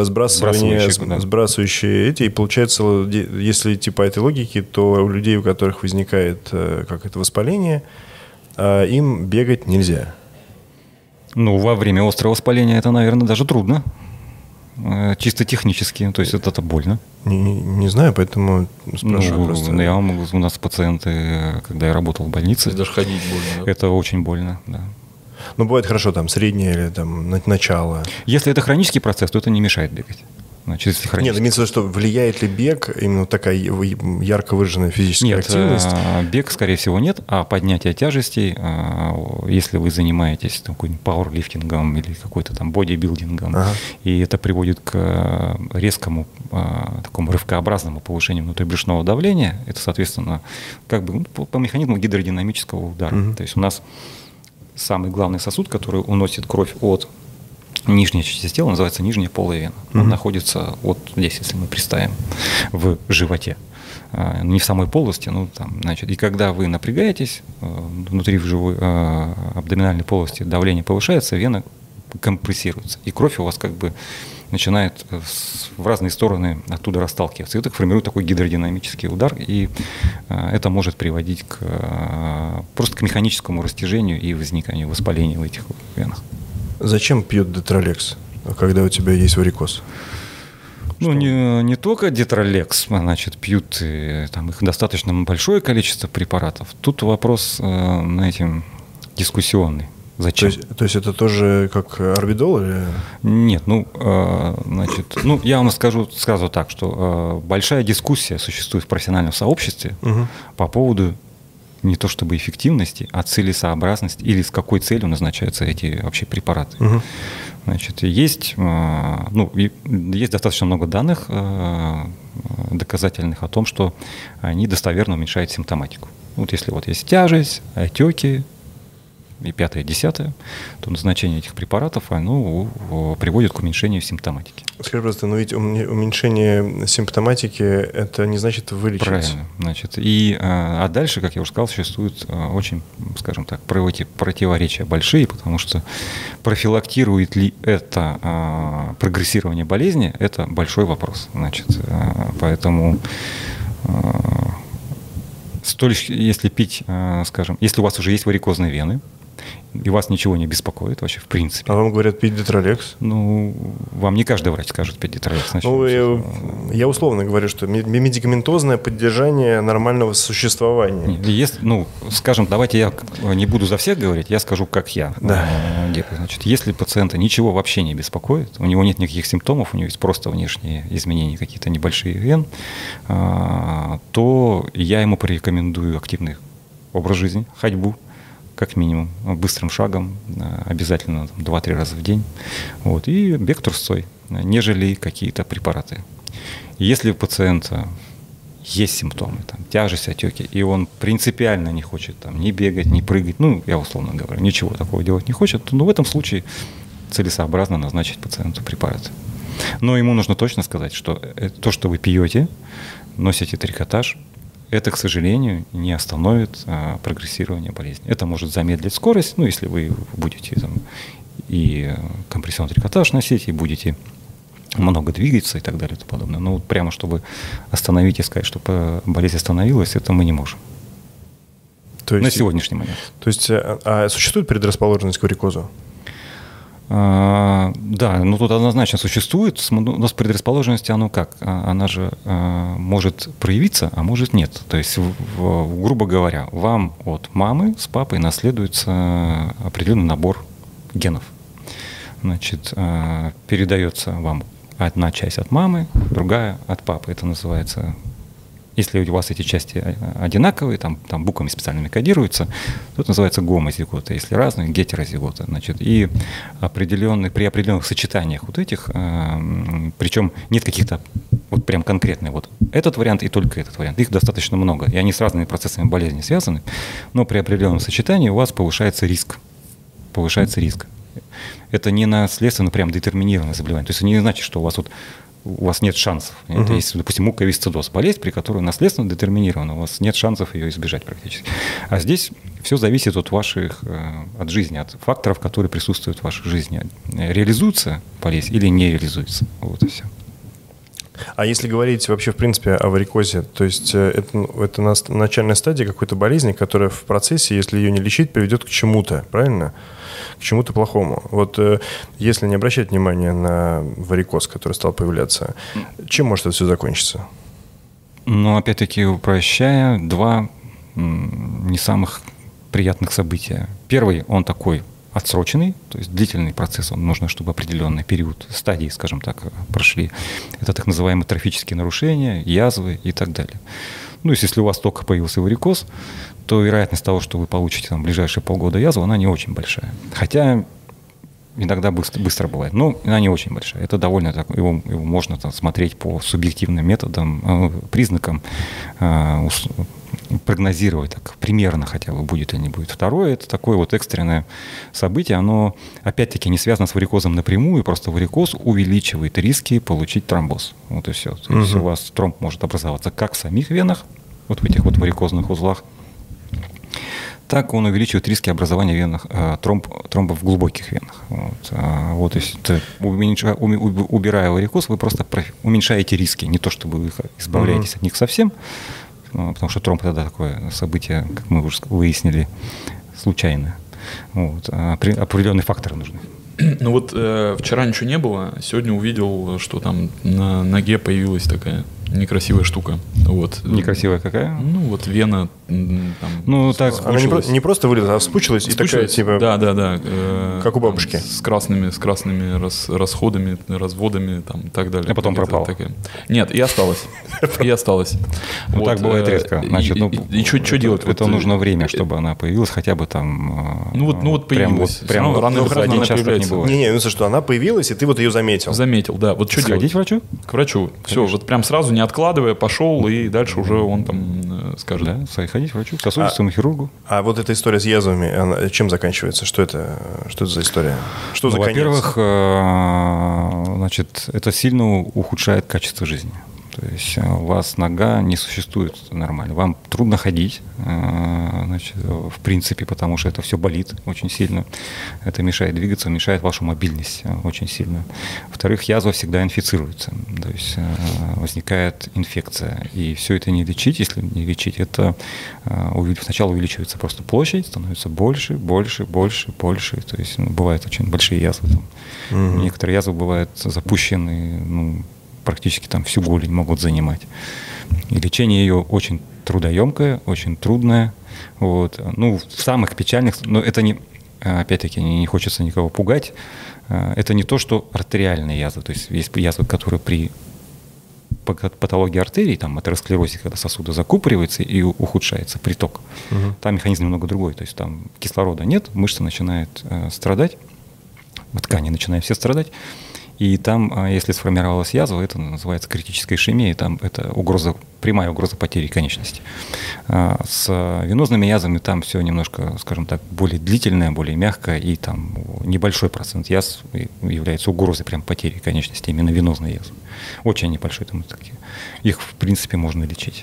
Speaker 1: Сбрасывающие эти. И получается, если идти по этой логике, то у людей, у которых возникает как это воспаление, им бегать нельзя.
Speaker 2: Ну, во время острого воспаления это, наверное, даже трудно. Чисто технически, то есть это больно.
Speaker 1: Не знаю, поэтому спрашиваю просто.
Speaker 2: Я могу, у нас пациенты, когда я работал в больнице,
Speaker 3: даже ходить больно. Да?
Speaker 2: Это очень больно, да.
Speaker 1: Ну, бывает хорошо, там, среднее или там начало.
Speaker 2: Если это хронический процесс, то это не мешает бегать. Значит, если хронический.
Speaker 1: Нет, имеется в виду, что влияет ли бег, именно такая ярко выраженная физическая активность?
Speaker 2: Нет, бег, скорее всего, нет, а поднятие тяжестей, если вы занимаетесь каким-нибудь пауэрлифтингом или какой-то там бодибилдингом, и это приводит к резкому, такому рывкообразному повышению внутрибрюшного давления, это, соответственно, как бы по механизму гидродинамического удара. То есть у нас самый главный сосуд, который уносит кровь от нижняя часть тела, называется нижняя полая вена. Он находится вот здесь, если мы представим, в животе. Не в самой полости, ну там, значит, и когда вы напрягаетесь, внутри абдоминальной полости давление повышается, вена компрессируется, и кровь у вас как бы начинает в разные стороны оттуда расталкиваться. И это формирует такой гидродинамический удар, и это может приводить просто к механическому растяжению и возниканию воспаления в этих венах.
Speaker 1: Зачем пьют детролекс, когда у тебя есть варикоз?
Speaker 2: Ну, не только детролекс, значит, пьют, там их достаточно большое количество препаратов. Тут вопрос, знаете, дискуссионный. Зачем?
Speaker 1: То есть это тоже как орбидол или?
Speaker 2: Нет, значит, я вам скажу сразу так, что большая дискуссия существует в профессиональном сообществе по поводу не то чтобы эффективности, а целесообразности или с какой целью назначаются эти вообще препараты. Значит, есть достаточно много данных доказательных о том, что они достоверно уменьшают симптоматику. Вот если вот есть тяжесть, отеки и 5-е, 10-е, то назначение этих препаратов приводит к уменьшению симптоматики.
Speaker 1: Скажи просто, но ведь уменьшение симптоматики – это не значит вылечить.
Speaker 2: Правильно. Значит, а дальше, как я уже сказал, существуют очень, скажем так, противоречия большие, потому что профилактирует ли это прогрессирование болезни – это большой вопрос. Значит, поэтому что лишь если пить, скажем, если у вас уже есть варикозные вены, и вас ничего не беспокоит вообще в принципе.
Speaker 1: А вам говорят пить Детролекс?
Speaker 2: Ну, вам не каждый врач скажет пить Детролекс.
Speaker 1: Ну, я условно говорю, что медикаментозное поддержание нормального существования.
Speaker 2: Есть, ну, скажем, давайте я не буду за всех говорить, я скажу, как я делаю. Значит, если пациента ничего вообще не беспокоит, у него нет никаких симптомов, у него есть просто внешние изменения, какие-то небольшие вен, то я ему порекомендую активный образ жизни, ходьбу, как минимум, быстрым шагом, обязательно 2-3 раза в день, вот, и бег трусцой, нежели какие-то препараты. Если у пациента есть симптомы, там, тяжесть, отеки, и он принципиально не хочет там, ни бегать, ни прыгать, ну, я условно говорю, ничего такого делать не хочет, то в этом случае целесообразно назначить пациенту препараты. Но ему нужно точно сказать, что то, что вы пьете, носите трикотаж, это, к сожалению, не остановит прогрессирование болезни. Это может замедлить скорость, ну, если вы будете там, и компрессионный трикотаж носить, и будете много двигаться и так далее и тому подобное. Но вот прямо, чтобы остановить и сказать, чтобы болезнь остановилась, это мы не можем.
Speaker 1: То есть,
Speaker 2: на сегодняшний момент.
Speaker 1: То есть, существует предрасположенность к варикозу?
Speaker 2: Да, ну тут однозначно существует, но с предрасположенностью оно как? Она же может проявиться, а может нет. То есть, грубо говоря, вам от мамы с папой наследуется определенный набор генов. Значит, передается вам одна часть от мамы, другая от папы. Это называется... Если у вас эти части одинаковые, там буквами специальными кодируются, то это называется гомозигота. Если разные, гетерозигота. Значит, и при определенных сочетаниях вот этих, причем нет каких-то вот прям конкретных, вот этот вариант и только этот вариант. Их достаточно много, и они с разными процессами болезни связаны, но при определенном сочетании у вас повышается риск. Это не наследственно прям детерминированное заболевание. То есть это не значит, что у вас нет шансов. Это есть, допустим, муковисцидоз, болезнь, при которой наследственно детерминирована, у вас нет шансов ее избежать практически. А здесь все зависит от жизни, от факторов, которые присутствуют в вашей жизни. Реализуется болезнь или не реализуется. Вот и все.
Speaker 1: А если говорить вообще, в принципе, о варикозе, то есть это начальная стадия какой-то болезни, которая в процессе, если ее не лечить, приведет к чему-то, правильно? К чему-то плохому. Вот если не обращать внимания на варикоз, который стал появляться, чем может это все закончиться?
Speaker 2: Ну, опять-таки, упрощая, два не самых приятных события. Первый, он такой отсроченный, то есть длительный процесс, он нужно, чтобы определенный период стадии, скажем так, прошли. Это так называемые трофические нарушения, язвы и так далее. Ну, если у вас только появился варикоз, то вероятность того, что вы получите в ближайшие полгода язву, она не очень большая. Хотя иногда быстро бывает, но она не очень большая. Это довольно так, его можно смотреть по субъективным методам, признакам, прогнозировать так, примерно хотя бы будет или не будет. Второе, это такое вот экстренное событие, оно опять-таки не связано с варикозом напрямую, просто варикоз увеличивает риски получить тромбоз. Вот и все. То есть у вас тромб может образоваться как в самих венах, вот в этих вот варикозных узлах, так он увеличивает риски образования тромбов в глубоких венах. Вот, то есть, убирая варикоз, вы просто уменьшаете риски, не то чтобы вы избавляетесь от них совсем, потому что тромб — это такое событие, как мы уже выяснили, случайное. Вот. Определенные факторы нужны.
Speaker 3: Ну вот вчера ничего не было, сегодня увидел, что там на ноге появилась такая некрасивая штука. Вот.
Speaker 2: Некрасивая какая?
Speaker 3: Ну вот вена там.
Speaker 2: Ну так.
Speaker 1: Она не просто вылезла, а вспучилась и такая типа.
Speaker 3: Да.
Speaker 1: Как у бабушки.
Speaker 3: С красными расходами, разводами там и так далее.
Speaker 2: А потом пропала.
Speaker 3: Нет, и осталась.
Speaker 2: Вот так бывает редко. Значит,
Speaker 3: и что делать?
Speaker 2: Это нужно время, чтобы она появилась, хотя бы там.
Speaker 3: Ну вот появилась.
Speaker 2: Прям
Speaker 3: рано или поздно она появляется.
Speaker 1: Не, что она появилась, и ты вот ее заметил.
Speaker 3: Заметил, да. Вот что делать?
Speaker 2: Сходить к врачу?
Speaker 3: К врачу. Все, вот прям сразу не откладывая, пошел, и дальше уже он там скажет.
Speaker 2: Да, ходить к врачу, к сосудистому хирургу.
Speaker 1: А вот эта история с язвами, она чем заканчивается? Что это за история? Что за конец?
Speaker 2: Во-первых, значит, это сильно ухудшает качество жизни. То То есть у вас нога не существует нормально. Вам трудно ходить, значит, в принципе, потому что это все болит очень сильно. Это мешает двигаться, мешает вашу мобильность очень сильно. Во-вторых, язва всегда инфицируется. То есть возникает инфекция. И все это не лечить, если не лечить, это сначала увеличивается просто площадь, становится больше. То есть бывают очень большие язвы. Некоторые язвы бывают запущены, практически там всю голень могут занимать. И лечение ее очень трудоемкое, очень трудное. Вот. В самых печальных, но это не, опять-таки, не хочется никого пугать, это не то, что артериальные язвы, то есть есть язвы, которые при патологии артерий, там, атеросклерозе, когда сосуды закупориваются и ухудшается приток. Там механизм немного другой, то есть там кислорода нет, мышца начинает страдать, ткани начинают все страдать. И там, если сформировалась язва, это называется критическая ишемия, там это прямая угроза потери конечности. С венозными язвами там все немножко, скажем так, более длительное, более мягкое, и там небольшой процент язв является угрозой прям потери конечности, именно венозные язвы. Очень небольшой, там их в принципе можно лечить.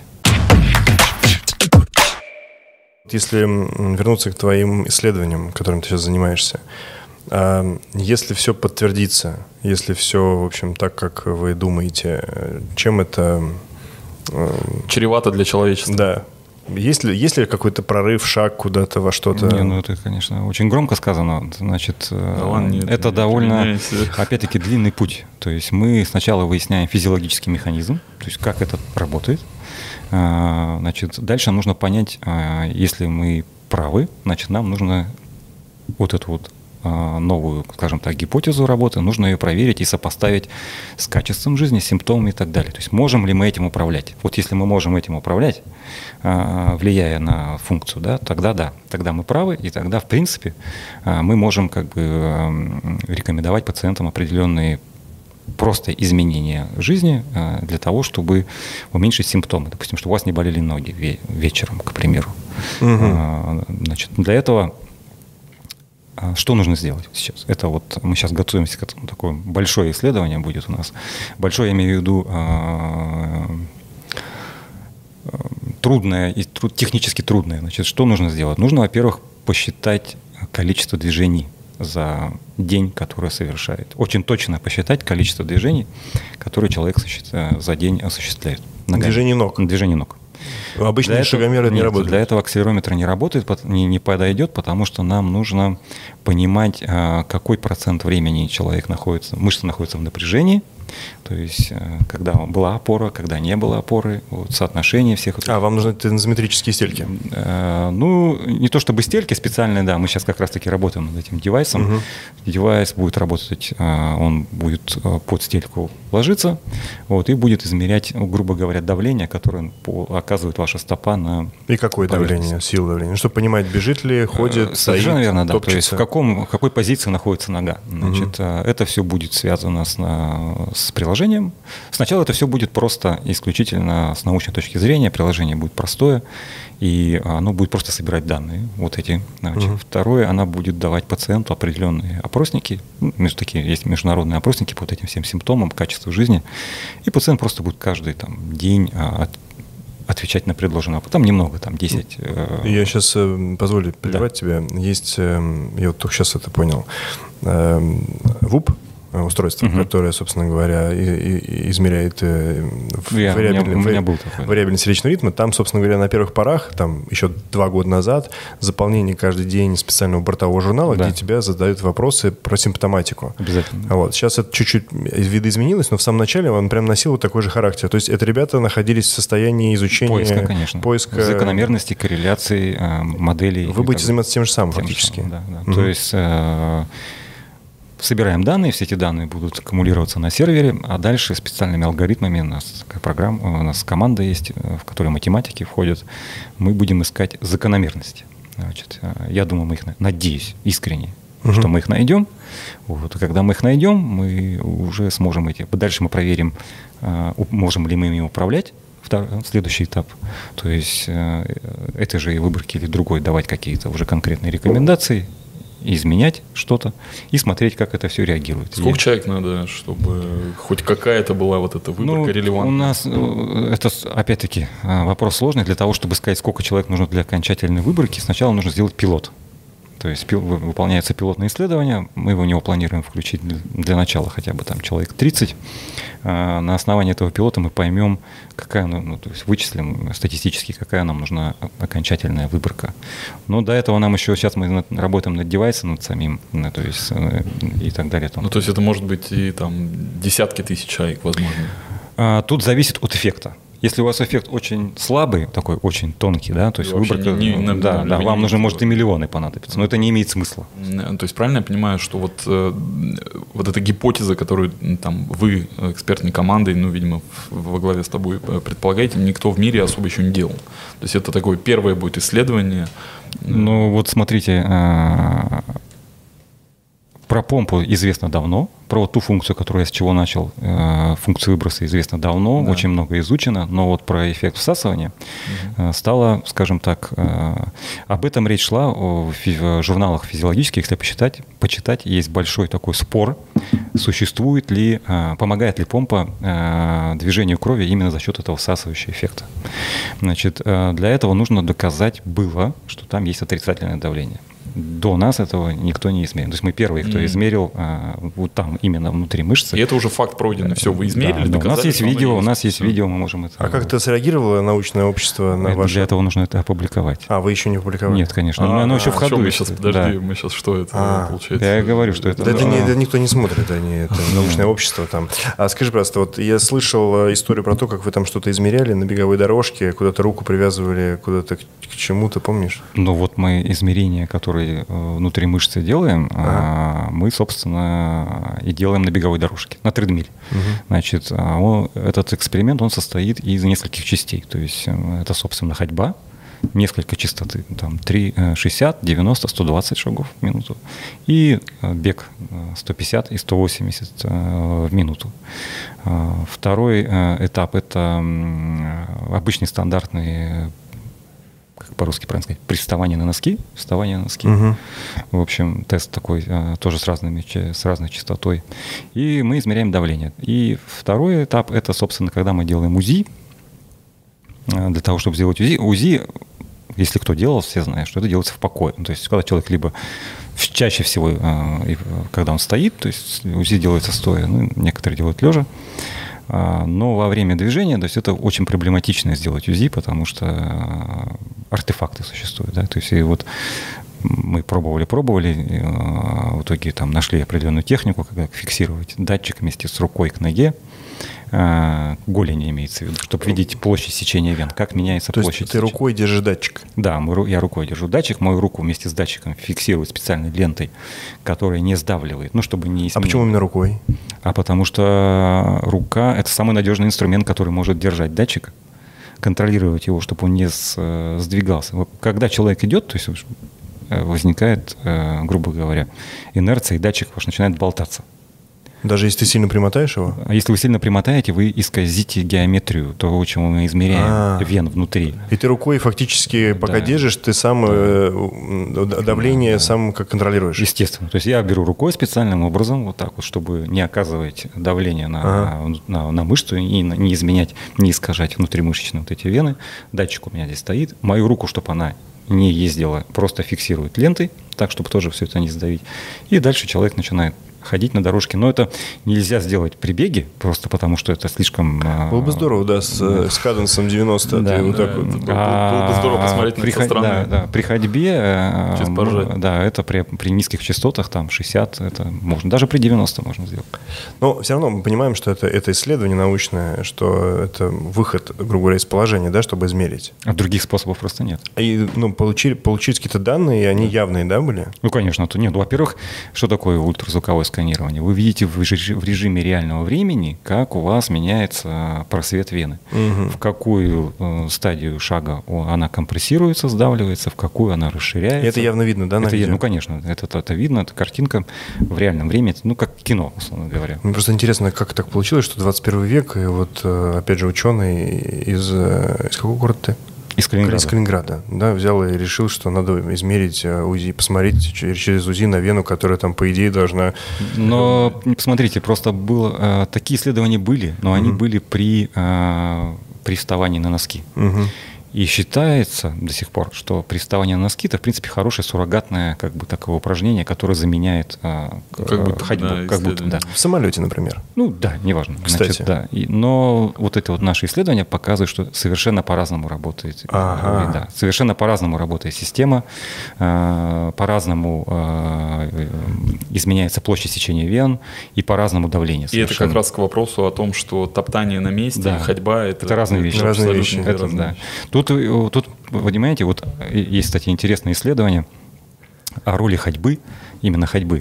Speaker 1: Если вернуться к твоим исследованиям, которым ты сейчас занимаешься, если все подтвердится, если все, в общем, так, как вы думаете, чем это...
Speaker 3: Чревато для человечества.
Speaker 1: Да. Есть ли какой-то прорыв, шаг куда-то во что-то?
Speaker 2: Это, конечно, очень громко сказано. Значит, это довольно, опять-таки, длинный путь. То есть мы сначала выясняем физиологический механизм, то есть как это работает. Значит, дальше нужно понять, если мы правы, значит, нам нужно вот эту вот новую, скажем так, гипотезу работы, нужно ее проверить и сопоставить с качеством жизни, симптомами и так далее. То есть можем ли мы этим управлять? Вот если мы можем этим управлять, влияя на функцию, да, тогда мы правы, и тогда, в принципе, мы можем как бы рекомендовать пациентам определенные просто изменения жизни для того, чтобы уменьшить симптомы. Допустим, чтобы у вас не болели ноги вечером, к примеру. Значит, для этого что нужно сделать сейчас? Это вот мы сейчас готовимся к этому, такое большое исследование будет у нас. Большое, я имею в виду, трудное и технически трудное. Значит, что нужно сделать? Нужно, во-первых, посчитать количество движений за день, которое совершает. Очень точно посчитать количество движений, которые человек за день осуществляет.
Speaker 1: Движение ног?
Speaker 2: Движение ног.
Speaker 1: Обычные шагомеры не работают?
Speaker 2: Для этого акселерометр не работает, не подойдет, потому что нам нужно понимать, какой процент времени мышца находится в напряжении, то есть когда была опора, когда не было опоры, вот, соотношение всех.
Speaker 1: Вам нужны тензометрические стельки?
Speaker 2: Не то чтобы стельки специальные, да, мы сейчас как раз-таки работаем над этим девайсом. Девайс будет работать, он будет под стельку ложиться, вот, и будет измерять, грубо говоря, давление, которое оказывает ваша стопа на...
Speaker 1: И какое давление, сила давления? Чтобы понимать, бежит ли, ходит, стоит,
Speaker 2: совершенно верно, да.
Speaker 1: топчется.
Speaker 2: То есть в какой позиции находится нога. Значит, это все будет связано с приложением. Сначала это все будет просто исключительно с научной точки зрения. Приложение будет простое, и оно будет просто собирать данные, вот эти. Значит, второе, она будет давать пациенту определенные опросники. Такие есть международные опросники по вот этим всем симптомам, качеству жизни. И пациент просто будет каждый день отвечать на предложенный вопрос. Там немного, 10.
Speaker 1: Я сейчас позволю прервать тебя. Есть, я вот только сейчас это понял, ВУП, устройство, которое, собственно говоря, измеряет вариабельный сердечный ритм. Там, собственно говоря, на первых порах, там еще 2 года назад, заполнение каждый день специального бортового журнала, где тебя задают вопросы про симптоматику.
Speaker 2: Обязательно.
Speaker 1: Вот. Сейчас это чуть-чуть видоизменилось, но в самом начале он прям носил вот такой же характер. То есть это ребята находились в состоянии изучения...
Speaker 2: Поиска, конечно. Закономерности, корреляции, моделей.
Speaker 1: Вы будете заниматься тем же самым фактически.
Speaker 2: Да. То есть... собираем данные, все эти данные будут аккумулироваться на сервере, а дальше специальными алгоритмами, у нас команда есть, в которой математики входят, мы будем искать закономерности. Значит, я думаю, надеюсь искренне, что мы их найдем. Вот, и когда мы их найдем, мы уже сможем дальше мы проверим, можем ли мы ими управлять. Следующий этап. То есть этой же выборке или другой давать какие-то уже конкретные рекомендации. изменять что-то и смотреть, как это все реагирует.
Speaker 3: Сколько человек надо, чтобы хоть какая-то была вот эта выборка релевантная?
Speaker 2: У нас это, опять-таки, вопрос сложный. Для того, чтобы сказать, сколько человек нужно для окончательной выборки, сначала нужно сделать пилот. То есть выполняется пилотное исследование, мы в него планируем включить для начала хотя бы там человек 30. На основании этого пилота мы поймем, какая, то есть вычислим статистически, какая нам нужна окончательная выборка. Но до этого нам еще, сейчас мы работаем над девайсом, над самим, то есть и так далее.
Speaker 3: То есть это может быть и там десятки тысяч человек, возможно?
Speaker 2: Тут зависит от эффекта. Если у вас эффект очень слабый, такой очень тонкий, да, то есть выборка, вам нужно, может, и миллионы понадобиться, но это не имеет смысла.
Speaker 3: То есть правильно я понимаю, что вот эта гипотеза, которую там вы, экспертной командой, видимо, во главе с тобой предполагаете, никто в мире особо еще не делал. То есть это такое первое будет исследование.
Speaker 2: Вот смотрите, про помпу известно давно, про ту функцию, которую я с чего начал, функцию выброса известно давно, очень много изучено, но вот про эффект всасывания стало, скажем так, об этом речь шла в журналах физиологических, если почитать, есть большой такой спор, существует ли, помогает ли помпа движению крови именно за счет этого всасывающего эффекта. Значит, для этого нужно доказать было, что там есть отрицательное давление. До нас этого никто не измерил. То есть мы первые, кто измерил вот там, именно внутри мышцы.
Speaker 3: И это уже факт пройденный. Все, вы измерили,
Speaker 2: доказали. У нас есть видео, мы можем это...
Speaker 1: А как это среагировало научное общество на ваше?
Speaker 2: Для этого нужно это опубликовать.
Speaker 1: Вы еще не опубликовали?
Speaker 2: Нет, конечно. Оно еще в ходу.
Speaker 3: Мы сейчас, подожди, мы сейчас что это получается?
Speaker 2: Я говорю, что это...
Speaker 1: Это никто не смотрит, это научное общество там. Скажи, пожалуйста, вот я слышал историю про то, как вы там что-то измеряли на беговой дорожке, куда-то руку привязывали, куда-то к чему-то, помнишь?
Speaker 2: Вот мы измерения, которые внутри мышцы делаем, мы, собственно, и делаем на беговой дорожке, на тридмиле. Значит, этот эксперимент, он состоит из нескольких частей. То есть это, собственно, ходьба, несколько частоты, там 60, 90, 120 шагов в минуту, и бег 150 и 180 в минуту. Второй этап – это обычный стандартный, как по-русски правильно сказать, приставание на носки, вставание на носки. В общем, тест такой, тоже с разной частотой. И мы измеряем давление. И второй этап – это, собственно, когда мы делаем УЗИ. Для того, чтобы сделать УЗИ, если кто делал, все знают, что это делается в покое. То есть, когда человек либо чаще всего, когда он стоит, то есть УЗИ делается стоя, некоторые делают лежа. Но во время движения, то есть это очень проблематично сделать УЗИ, потому что артефакты существуют. Да? То есть и вот мы пробовали, и в итоге там нашли определенную технику, как фиксировать датчик вместе с рукой к ноге, голени имеется в виду, чтобы видеть площадь сечения вен, как меняется площадь.
Speaker 1: То есть ты рукой держишь датчик?
Speaker 2: Да, я рукой держу датчик, мою руку вместе с датчиком фиксирует специальной лентой, которая не сдавливает, чтобы не изменить.
Speaker 1: А почему именно рукой?
Speaker 2: Потому что рука – это самый надежный инструмент, который может держать датчик, контролировать его, чтобы он не сдвигался. Когда человек идет, то есть возникает, грубо говоря, инерция, и датчик ваш начинает болтаться.
Speaker 1: Даже если ты сильно примотаешь его?
Speaker 2: А если вы сильно примотаете, вы исказите геометрию того, чему мы измеряем вен внутри.
Speaker 1: И ты рукой фактически, пока держишь, ты сам давление сам как контролируешь?
Speaker 2: Естественно. То есть я беру рукой специальным образом, вот так вот, чтобы не оказывать давление на мышцу и не изменять, не искажать внутримышечные вот эти вены. Датчик у меня здесь стоит. Мою руку, чтобы она не ездила, просто фиксирует лентой, так, чтобы тоже все это не сдавить. И дальше человек начинает ходить на дорожке. Но это нельзя сделать при беге, просто потому что это слишком...
Speaker 1: Было бы здорово, да, с каденсом 90.
Speaker 2: Да,
Speaker 1: вот так вот.
Speaker 3: Было бы здорово посмотреть на это со стороны.
Speaker 2: Да, при ходьбе, это при низких частотах, там 60, это можно, даже при 90 можно сделать.
Speaker 1: Но все равно мы понимаем, что это исследование научное, что это выход, грубо говоря, из положения, да, чтобы измерить.
Speaker 2: А других способов просто нет.
Speaker 1: И получить какие-то данные, и они явные, да, были?
Speaker 2: Конечно. Во-первых, что такое ультразвуковое сканирование? Вы видите в режиме реального времени, как у вас меняется просвет вены. В какую стадию шага она компрессируется, сдавливается, в какую она расширяется.
Speaker 1: И это явно видно, да, на видео?
Speaker 2: Конечно. Это видно, это картинка в реальном времени, как кино, условно говоря.
Speaker 1: Мне просто интересно, как так получилось, что 21 век, и вот, опять же, ученый из какого города ты?
Speaker 2: Из Калининграда.
Speaker 1: Из Калининграда, да, взял и решил, что надо измерить УЗИ, посмотреть через УЗИ на вену, которая там, по идее, должна...
Speaker 2: Но, посмотрите, просто такие исследования были, но они были при вставании на носки. И считается до сих пор, что приставание на носки – это, в принципе, хорошее суррогатное как бы такое упражнение, которое заменяет ходьбу.
Speaker 3: Да,
Speaker 2: как будто, да.
Speaker 1: В самолете, например.
Speaker 2: Ну да, неважно.
Speaker 1: Кстати.
Speaker 2: Значит, да. Но вот это вот наши исследования показывают, что совершенно по-разному работает. Да, совершенно по-разному работает система, по-разному изменяется площадь сечения вен и по-разному давление.
Speaker 3: И это как раз к вопросу о том, что топтание на месте,
Speaker 2: да.
Speaker 3: и ходьба – это
Speaker 2: разные вещи.
Speaker 1: Разные вещи.
Speaker 2: Это, да. Тут, вы понимаете, вот есть, кстати, интересное исследование о роли ходьбы, именно ходьбы,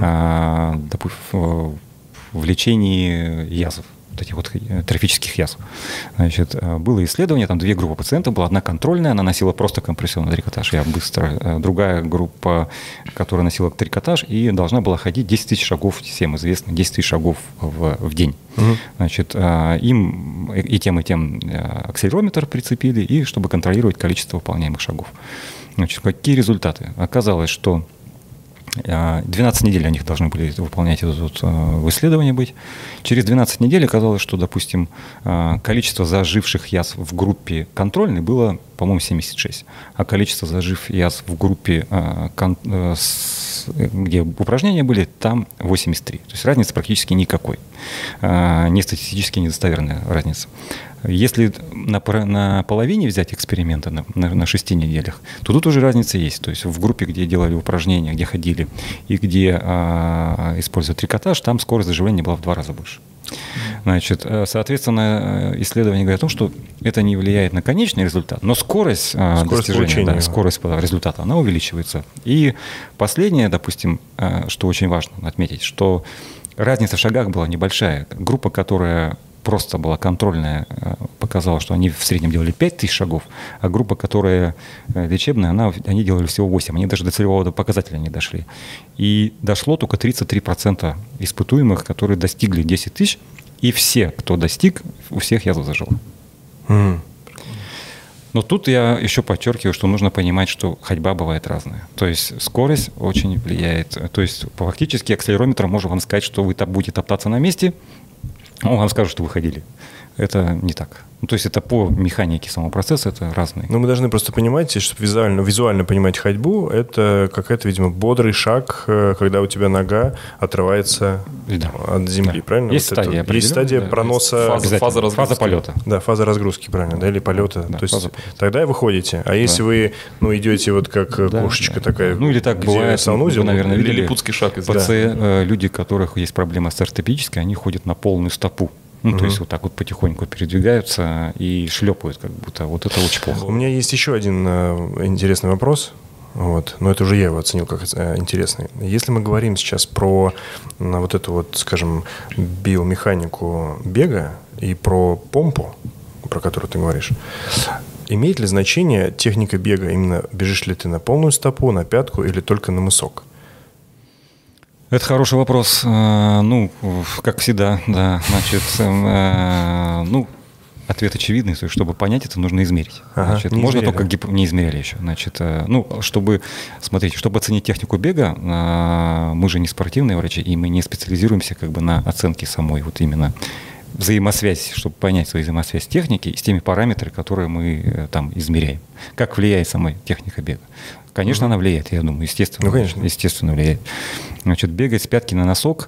Speaker 2: в лечении язв, вот этих вот трофических язв. Значит, было исследование, там 2 группы пациентов была. Одна контрольная, она носила просто компрессионный трикотаж, я быстро. Другая группа, которая носила трикотаж и должна была ходить 10 тысяч шагов, всем известно, 10 тысяч шагов в день. Значит, им и тем акселерометр прицепили, и чтобы контролировать количество выполняемых шагов. Значит, какие результаты? Оказалось, что 12 недель они должны были выполнять это в исследовании быть. Через 12 недель оказалось, что, допустим, количество заживших язв в группе контрольной было, по-моему, 76, а количество заживших язв в группе, где упражнения были, там 83. То есть разницы практически никакой. Не статистически недостоверная разница. Если на половине взять эксперимента на 6 неделях, то тут уже разница есть. То есть в группе, где делали упражнения, где ходили и где используют трикотаж, там скорость заживления была в 2 раза больше. Значит, соответственно, исследования говорят о том, что это не влияет на конечный результат, но скорость достижения, скорость результата, она увеличивается. И последнее, допустим, что очень важно отметить, что разница в шагах была небольшая. Группа, которая просто была контрольная, показала, что они в среднем делали 5000 шагов, а группа, которая лечебная, они делали всего 8. Они даже до целевого показателя не дошли. И дошло только 33% испытуемых, которые достигли 10 тысяч, и все, кто достиг, у всех язва зажила. Но тут я еще подчеркиваю, что нужно понимать, что ходьба бывает разная. То есть скорость очень влияет. То есть фактически акселерометр может вам сказать, что вы будете топтаться на месте, он вам скажет, что вы ходили. Это не так. Ну, то есть это по механике самого процесса, это разные.
Speaker 1: Ну, мы должны просто понимать, чтобы визуально понимать ходьбу, это какая-то, видимо, бодрый шаг, когда у тебя нога отрывается от земли, правильно?
Speaker 2: Есть вот стадия.
Speaker 1: Есть стадия проноса.
Speaker 2: Фаза полета.
Speaker 1: Да, фаза разгрузки, правильно, да, или полета. То есть тогда и вы ходите. А если вы, идете вот как кошечка такая,
Speaker 2: ну, или так бывает,
Speaker 1: санузел,
Speaker 2: вы, наверное, видели,
Speaker 3: лилипутский шаг.
Speaker 2: Люди, у которых есть проблема с ортопедической, они ходят на полную стопу. Ну, то есть вот так вот потихоньку передвигаются и шлепают, как будто. Вот это очень плохо.
Speaker 1: У меня есть еще один интересный вопрос. Вот. Но это уже я его оценил как интересный. Если мы говорим сейчас про вот эту вот, скажем, биомеханику бега и про помпу, про которую ты говоришь, имеет ли значение техника бега? Именно бежишь ли ты на полную стопу, на пятку или только на мысок?
Speaker 2: Это хороший вопрос. Ну, как всегда, да. Значит, ответ очевидный. То есть, чтобы понять это, нужно измерить. Значит, можно только не измеряли еще. Значит, чтобы оценить технику бега, мы же не спортивные врачи, и мы не специализируемся как бы на оценке самой вот именно взаимосвязь, чтобы понять свою взаимосвязь техники с теми параметрами, которые мы там измеряем. Как влияет сама техника бега? Конечно, она влияет, я думаю, естественно.
Speaker 1: Ну, конечно.
Speaker 2: Естественно, влияет. Значит, бегать с пятки на носок,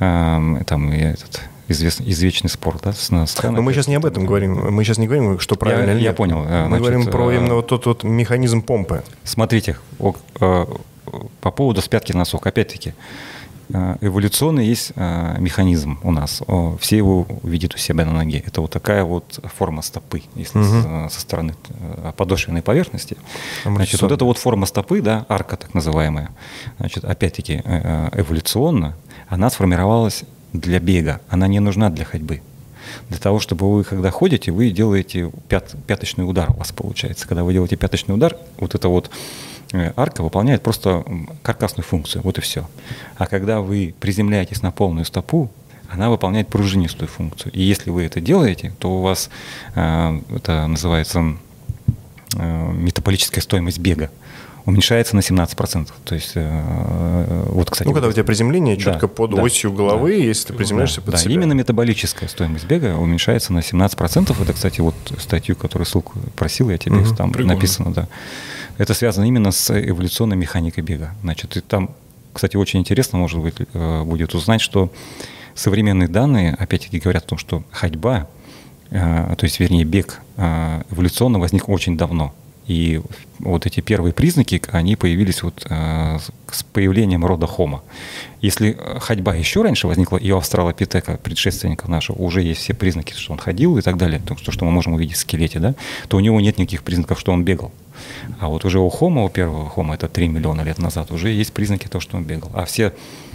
Speaker 2: извечный спор, да, с носка.
Speaker 1: Но мы сейчас не об этом говорим. Мы сейчас не говорим, что правильно или нет.
Speaker 2: Я понял.
Speaker 1: Мы говорим про именно вот тот вот механизм помпы.
Speaker 2: Смотрите, по поводу с пятки на носок. Опять-таки, эволюционный есть механизм у нас. Все его видят у себя на ноге. Это вот такая вот форма стопы, если со стороны подошвенной поверхности. Значит, вот эта вот форма стопы, да, арка так называемая, значит, опять-таки эволюционно она сформировалась для бега. Она не нужна для ходьбы. Для того, чтобы вы, когда ходите, вы делаете пяточный удар у вас получается. Когда вы делаете пяточный удар, вот это вот арка выполняет просто каркасную функцию, вот и все. А когда вы приземляетесь на полную стопу, она выполняет пружинистую функцию. И если вы это делаете, то у вас это называется метаболическая стоимость бега уменьшается на 17%. То есть, вот, кстати...
Speaker 1: Ну, когда у тебя приземление четко под
Speaker 2: да,
Speaker 1: осью головы,
Speaker 2: да,
Speaker 1: если ты приземляешься под себя.
Speaker 2: Именно метаболическая стоимость бега уменьшается на 17%. Это, кстати, вот статью, которую ссылку просил, я тебе там написано, да. Это связано именно с эволюционной механикой бега. Значит, и там, кстати, очень интересно, может быть, будет узнать, что современные данные, опять-таки, говорят о том, что ходьба, то есть, вернее, бег эволюционно возник очень давно. И вот эти первые признаки, они появились вот с появлением рода Homo. Если ходьба еще раньше возникла, и у австралопитека, предшественника нашего, уже есть все признаки, что он ходил и так далее, то, что мы можем увидеть в скелете, да, то у него нет никаких признаков, что он бегал. А вот уже у Homo, у первого Homo, это 3 миллиона лет назад, уже есть признаки того, что он бегал. А все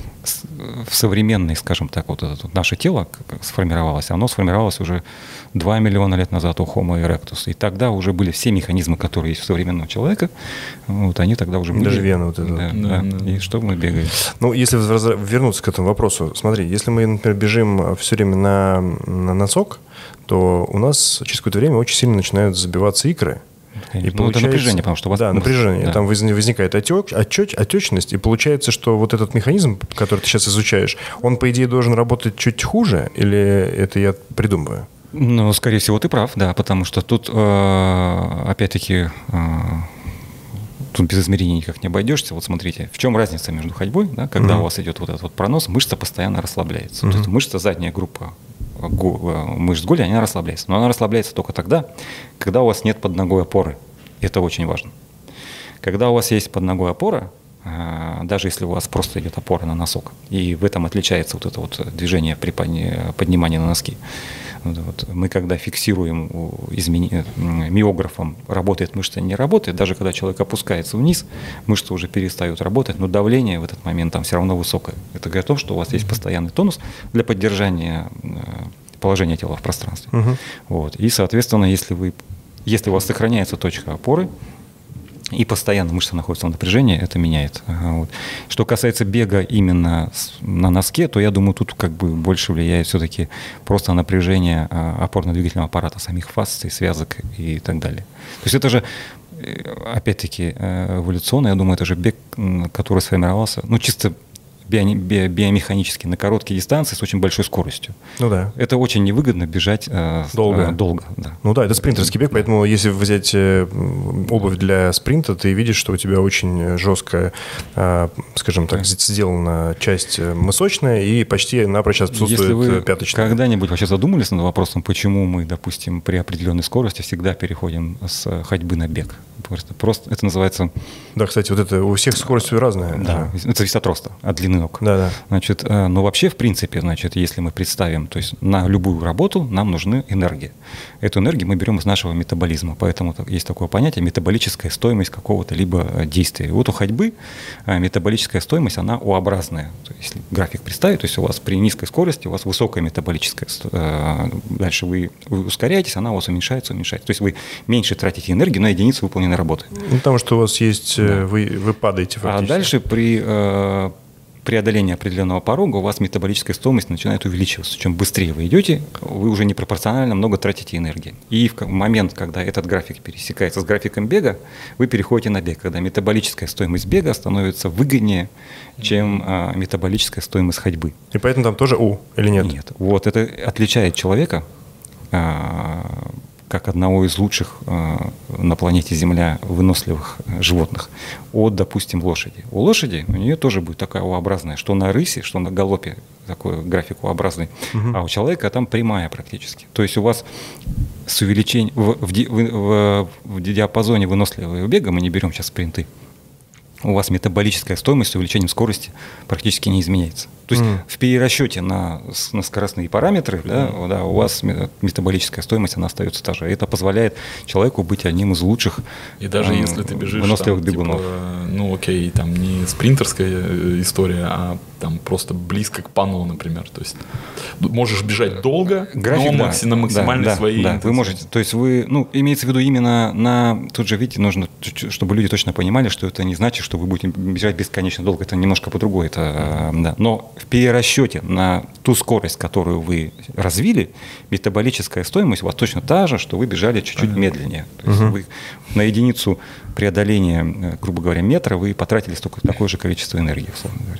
Speaker 2: в современной, скажем так, вот это вот наше тело сформировалось, оно сформировалось уже 2 миллиона лет назад у Homo erectus. И тогда уже были все механизмы, которые есть у современного человека, вот они тогда уже были.
Speaker 1: Даже вены вот это.
Speaker 2: Да. И что мы бегаем?
Speaker 1: Ну, если вернуться к этому вопросу, смотри, если мы, например, бежим все время на носок, то у нас через какое-то время очень сильно начинают забиваться икры. И
Speaker 2: это напряжение, потому что у вас...
Speaker 1: Да, напряжение.
Speaker 2: Да.
Speaker 1: Там возникает отечность, и получается, что вот этот механизм, который ты сейчас изучаешь, он, по идее, должен работать чуть хуже, или это я придумываю?
Speaker 2: Ну, скорее всего, ты прав, да, потому что тут, опять-таки, тут без измерений никак не обойдешься. Вот смотрите, в чем разница между ходьбой, да, когда у вас идет вот этот вот пронос, мышца постоянно расслабляется. То есть мышца, задняя группа мышц голени, она расслабляется. Но она расслабляется только тогда, когда у вас нет под ногой опоры. Это очень важно. Когда у вас есть под ногой опора, даже если у вас просто идет опора на носок, и в этом отличается вот это вот движение при поднимании на носки. Вот. Мы когда фиксируем миографом, работает мышца, не работает, даже когда человек опускается вниз, мышцы уже перестают работать, но давление в этот момент там все равно высокое. Это говорит о том, что у вас есть постоянный тонус для поддержания положения тела в пространстве. Вот. И, соответственно, если у вас сохраняется точка опоры, и постоянно мышца находится в напряжении, это меняет. Вот. Что касается бега именно на носке, то я думаю, тут как бы больше влияет все-таки просто напряжение опорно-двигательного аппарата, самих фасций, связок и так далее. То есть это же, опять-таки, эволюционно, я думаю, это же бег, который сформировался, ну, чисто биомеханически на короткие дистанции с очень большой скоростью.
Speaker 1: Ну да.
Speaker 2: Это очень невыгодно бежать долго. Да.
Speaker 1: Ну да, это спринтерский бег, поэтому если взять обувь для спринта, ты видишь, что у тебя очень жесткая, скажем так, сделана часть мысочная и почти напрочь отсутствует пяточная.
Speaker 2: Если вы когда-нибудь вообще задумались над вопросом, почему мы, допустим, при определенной скорости всегда переходим с ходьбы на бег? Просто это называется...
Speaker 1: Да, кстати, вот это у всех скорость разная.
Speaker 2: Да, это зависит от роста, от длины ног.
Speaker 1: Да.
Speaker 2: Значит, но вообще, в принципе, значит, если мы представим, то есть на любую работу нам нужны энергии. Эту энергию мы берем из нашего метаболизма, поэтому есть такое понятие метаболическая стоимость какого-то либо действия. И вот у ходьбы метаболическая стоимость, она U-образная. То есть, если график представить, то есть у вас при низкой скорости у вас высокая метаболическая, дальше вы ускоряетесь, она у вас уменьшается. То есть вы меньше тратите энергию на единицу выполненной работы.
Speaker 1: Ну, потому что у вас есть, вы падаете фактически.
Speaker 2: А дальше при преодолении определенного порога у вас метаболическая стоимость начинает увеличиваться. Чем быстрее вы идете, вы уже непропорционально много тратите энергии. И в момент, когда этот график пересекается с графиком бега, вы переходите на бег, когда метаболическая стоимость бега становится выгоднее, чем метаболическая стоимость ходьбы.
Speaker 1: И поэтому там тоже U или нет?
Speaker 2: Нет. Вот это отличает человека как одного из лучших на планете Земля выносливых животных от, допустим, лошади. У лошади, у нее тоже будет такая U-образная, что на рысе, что на галопе, такой график U-образный, а у человека там прямая практически. То есть у вас с увеличением в диапазоне выносливого бега, мы не берем сейчас спринты, у вас метаболическая стоимость с увеличением скорости практически не изменяется. То есть в перерасчете на скоростные параметры у вас метаболическая стоимость, она остается та же. Это позволяет человеку быть одним из лучших
Speaker 3: и даже если ты бежишь
Speaker 2: выносливых бегунов.
Speaker 3: Типа, ну окей, там не спринтерская история, а там просто близко к пано, например. То есть можешь бежать долго,
Speaker 2: график,
Speaker 3: но на максимальной своей
Speaker 2: интенсивности. Вы можете, то есть вы, имеется в виду именно тут же, видите, нужно, чтобы люди точно понимали, что это не значит, что вы будете бежать бесконечно долго, это немножко по-другому. Да. Но в перерасчете на ту скорость, которую вы развили, метаболическая стоимость у вас точно та же, что вы бежали чуть-чуть медленнее. То есть вы на единицу преодоления, грубо говоря, метра, вы потратили такое же количество энергии, условно говоря.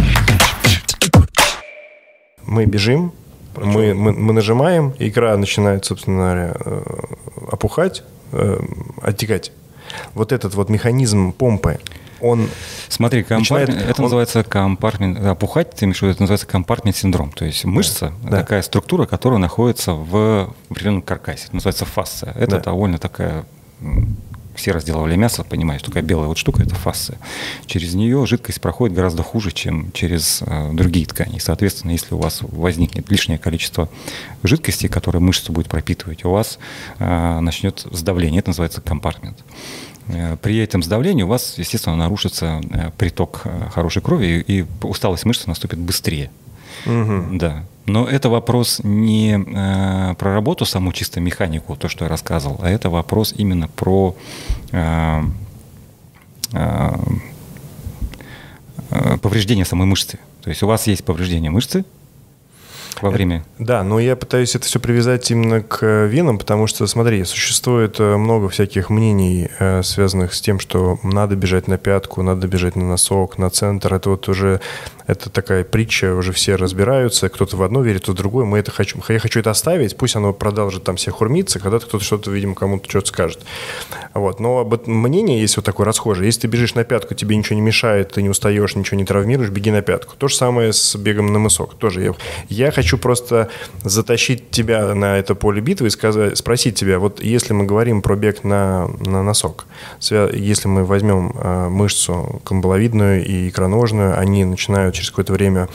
Speaker 1: Мы бежим, мы нажимаем, игра начинает, собственно говоря, опухать, оттекать. Вот этот вот механизм помпы, он...
Speaker 2: Смотри, называется компартмент, опухать, ты имеешь в виду, это называется компартмент-синдром. То есть мышца, такая структура, которая находится в определенном каркасе. Это называется фасция. Это довольно такая... Все разделывали мясо, понимаешь, такая белая вот штука – это фасция. Через нее жидкость проходит гораздо хуже, чем через другие ткани. Соответственно, если у вас возникнет лишнее количество жидкости, которое мышцу будет пропитывать, у вас начнет сдавление. Это называется компартмент. При этом сдавлении у вас, естественно, нарушится приток хорошей крови, и усталость мышцы наступит быстрее. Да. Но это вопрос не про работу, саму чисто механику, то, что я рассказывал, а это вопрос именно про повреждение самой мышцы. То есть у вас есть повреждение мышцы во время...
Speaker 1: Да, но я пытаюсь это все привязать именно к венам, потому что, смотри, существует много всяких мнений, связанных с тем, что надо бежать на пятку, надо бежать на носок, на центр. Это вот уже... Это такая притча, уже все разбираются, кто-то в одно верит, кто-то в другое. Я хочу это оставить, пусть оно продолжит там всех урмиться, когда-то кто-то что-то, видимо, кому-то что-то скажет. Вот. Но мнение есть вот такое расхожее. Если ты бежишь на пятку, тебе ничего не мешает, ты не устаешь, ничего не травмируешь, беги на пятку. То же самое с бегом на мысок. Тоже я хочу просто затащить тебя на это поле битвы и спросить тебя, вот если мы говорим про бег на носок, если мы возьмем мышцу камбаловидную и икроножную, они начинают через какое-то время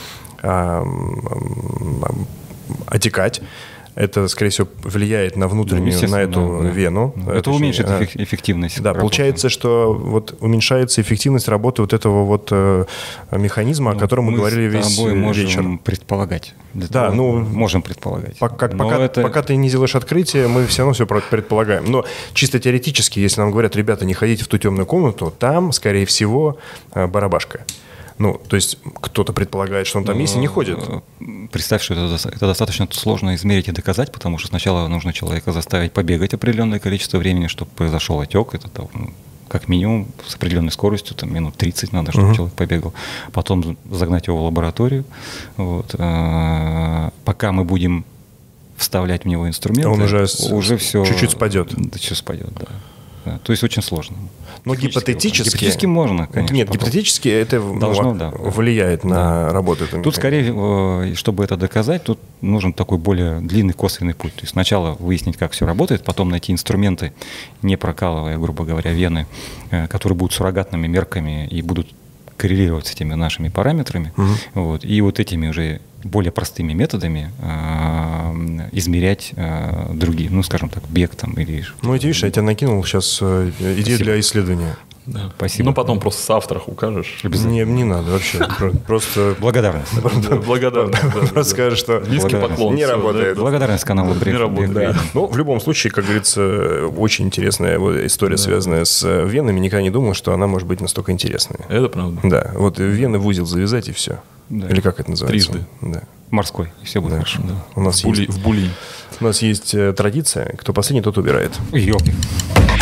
Speaker 1: отекать. Это, скорее всего, влияет на внутреннюю, на эту вену.
Speaker 2: Это уменьшит эффективность.
Speaker 1: Да, получается, что вот уменьшается эффективность работы вот этого вот механизма, о котором мы говорили весь вечер.
Speaker 2: Мы можем предполагать.
Speaker 1: Да,
Speaker 2: можем предполагать.
Speaker 1: Пока ты не делаешь открытие, мы все равно все предполагаем. Но чисто теоретически, если нам говорят, ребята, не ходите в ту темную комнату, там, скорее всего, барабашка. То есть кто-то предполагает, что он там есть и не ходит.
Speaker 2: Представь, что это достаточно сложно измерить и доказать, потому что сначала нужно человека заставить побегать определенное количество времени, чтобы произошел отек. Это как минимум с определенной скоростью, там, минут 30 надо, чтобы человек побегал. Потом загнать его в лабораторию. Вот. Пока мы будем вставлять в него инструменты,
Speaker 1: он уже
Speaker 2: все
Speaker 1: чуть-чуть спадет.
Speaker 2: Чуть спадет, да. То есть очень сложно.
Speaker 1: Но гипотетически
Speaker 2: можно, конечно.
Speaker 1: Нет, гипотетически это влияет на работу этого
Speaker 2: Тут скорее, чтобы это доказать, тут нужен такой более длинный косвенный путь. То есть сначала выяснить, как все работает, потом найти инструменты, не прокалывая, грубо говоря, вены, которые будут суррогатными мерками и будут коррелировать с этими нашими параметрами. Вот. И вот этими уже более простыми методами измерять другие, скажем так, бег там или...
Speaker 1: эти видишь, я тебя накинул сейчас идею для исследования.
Speaker 3: Да.
Speaker 2: Спасибо.
Speaker 3: Потом просто с авторах укажешь.
Speaker 1: Не надо вообще. Просто...
Speaker 2: Благодарность.
Speaker 3: Благодарность.
Speaker 1: Просто скажешь, что
Speaker 3: низкий поклон.
Speaker 1: Не работает.
Speaker 2: Благодарность каналу Брейк.
Speaker 3: Не работает.
Speaker 1: В любом случае, как говорится, очень интересная история, связанная с венами. Никогда не думал, что она может быть настолько интересной.
Speaker 3: Это правда.
Speaker 1: Да. Вот вены в узел завязать и все. Или как это называется?
Speaker 3: Трижды.
Speaker 1: Да.
Speaker 2: Морской. И все будет хорошо.
Speaker 1: Да. У нас есть традиция. Кто последний, тот убирает.
Speaker 2: Ёлки.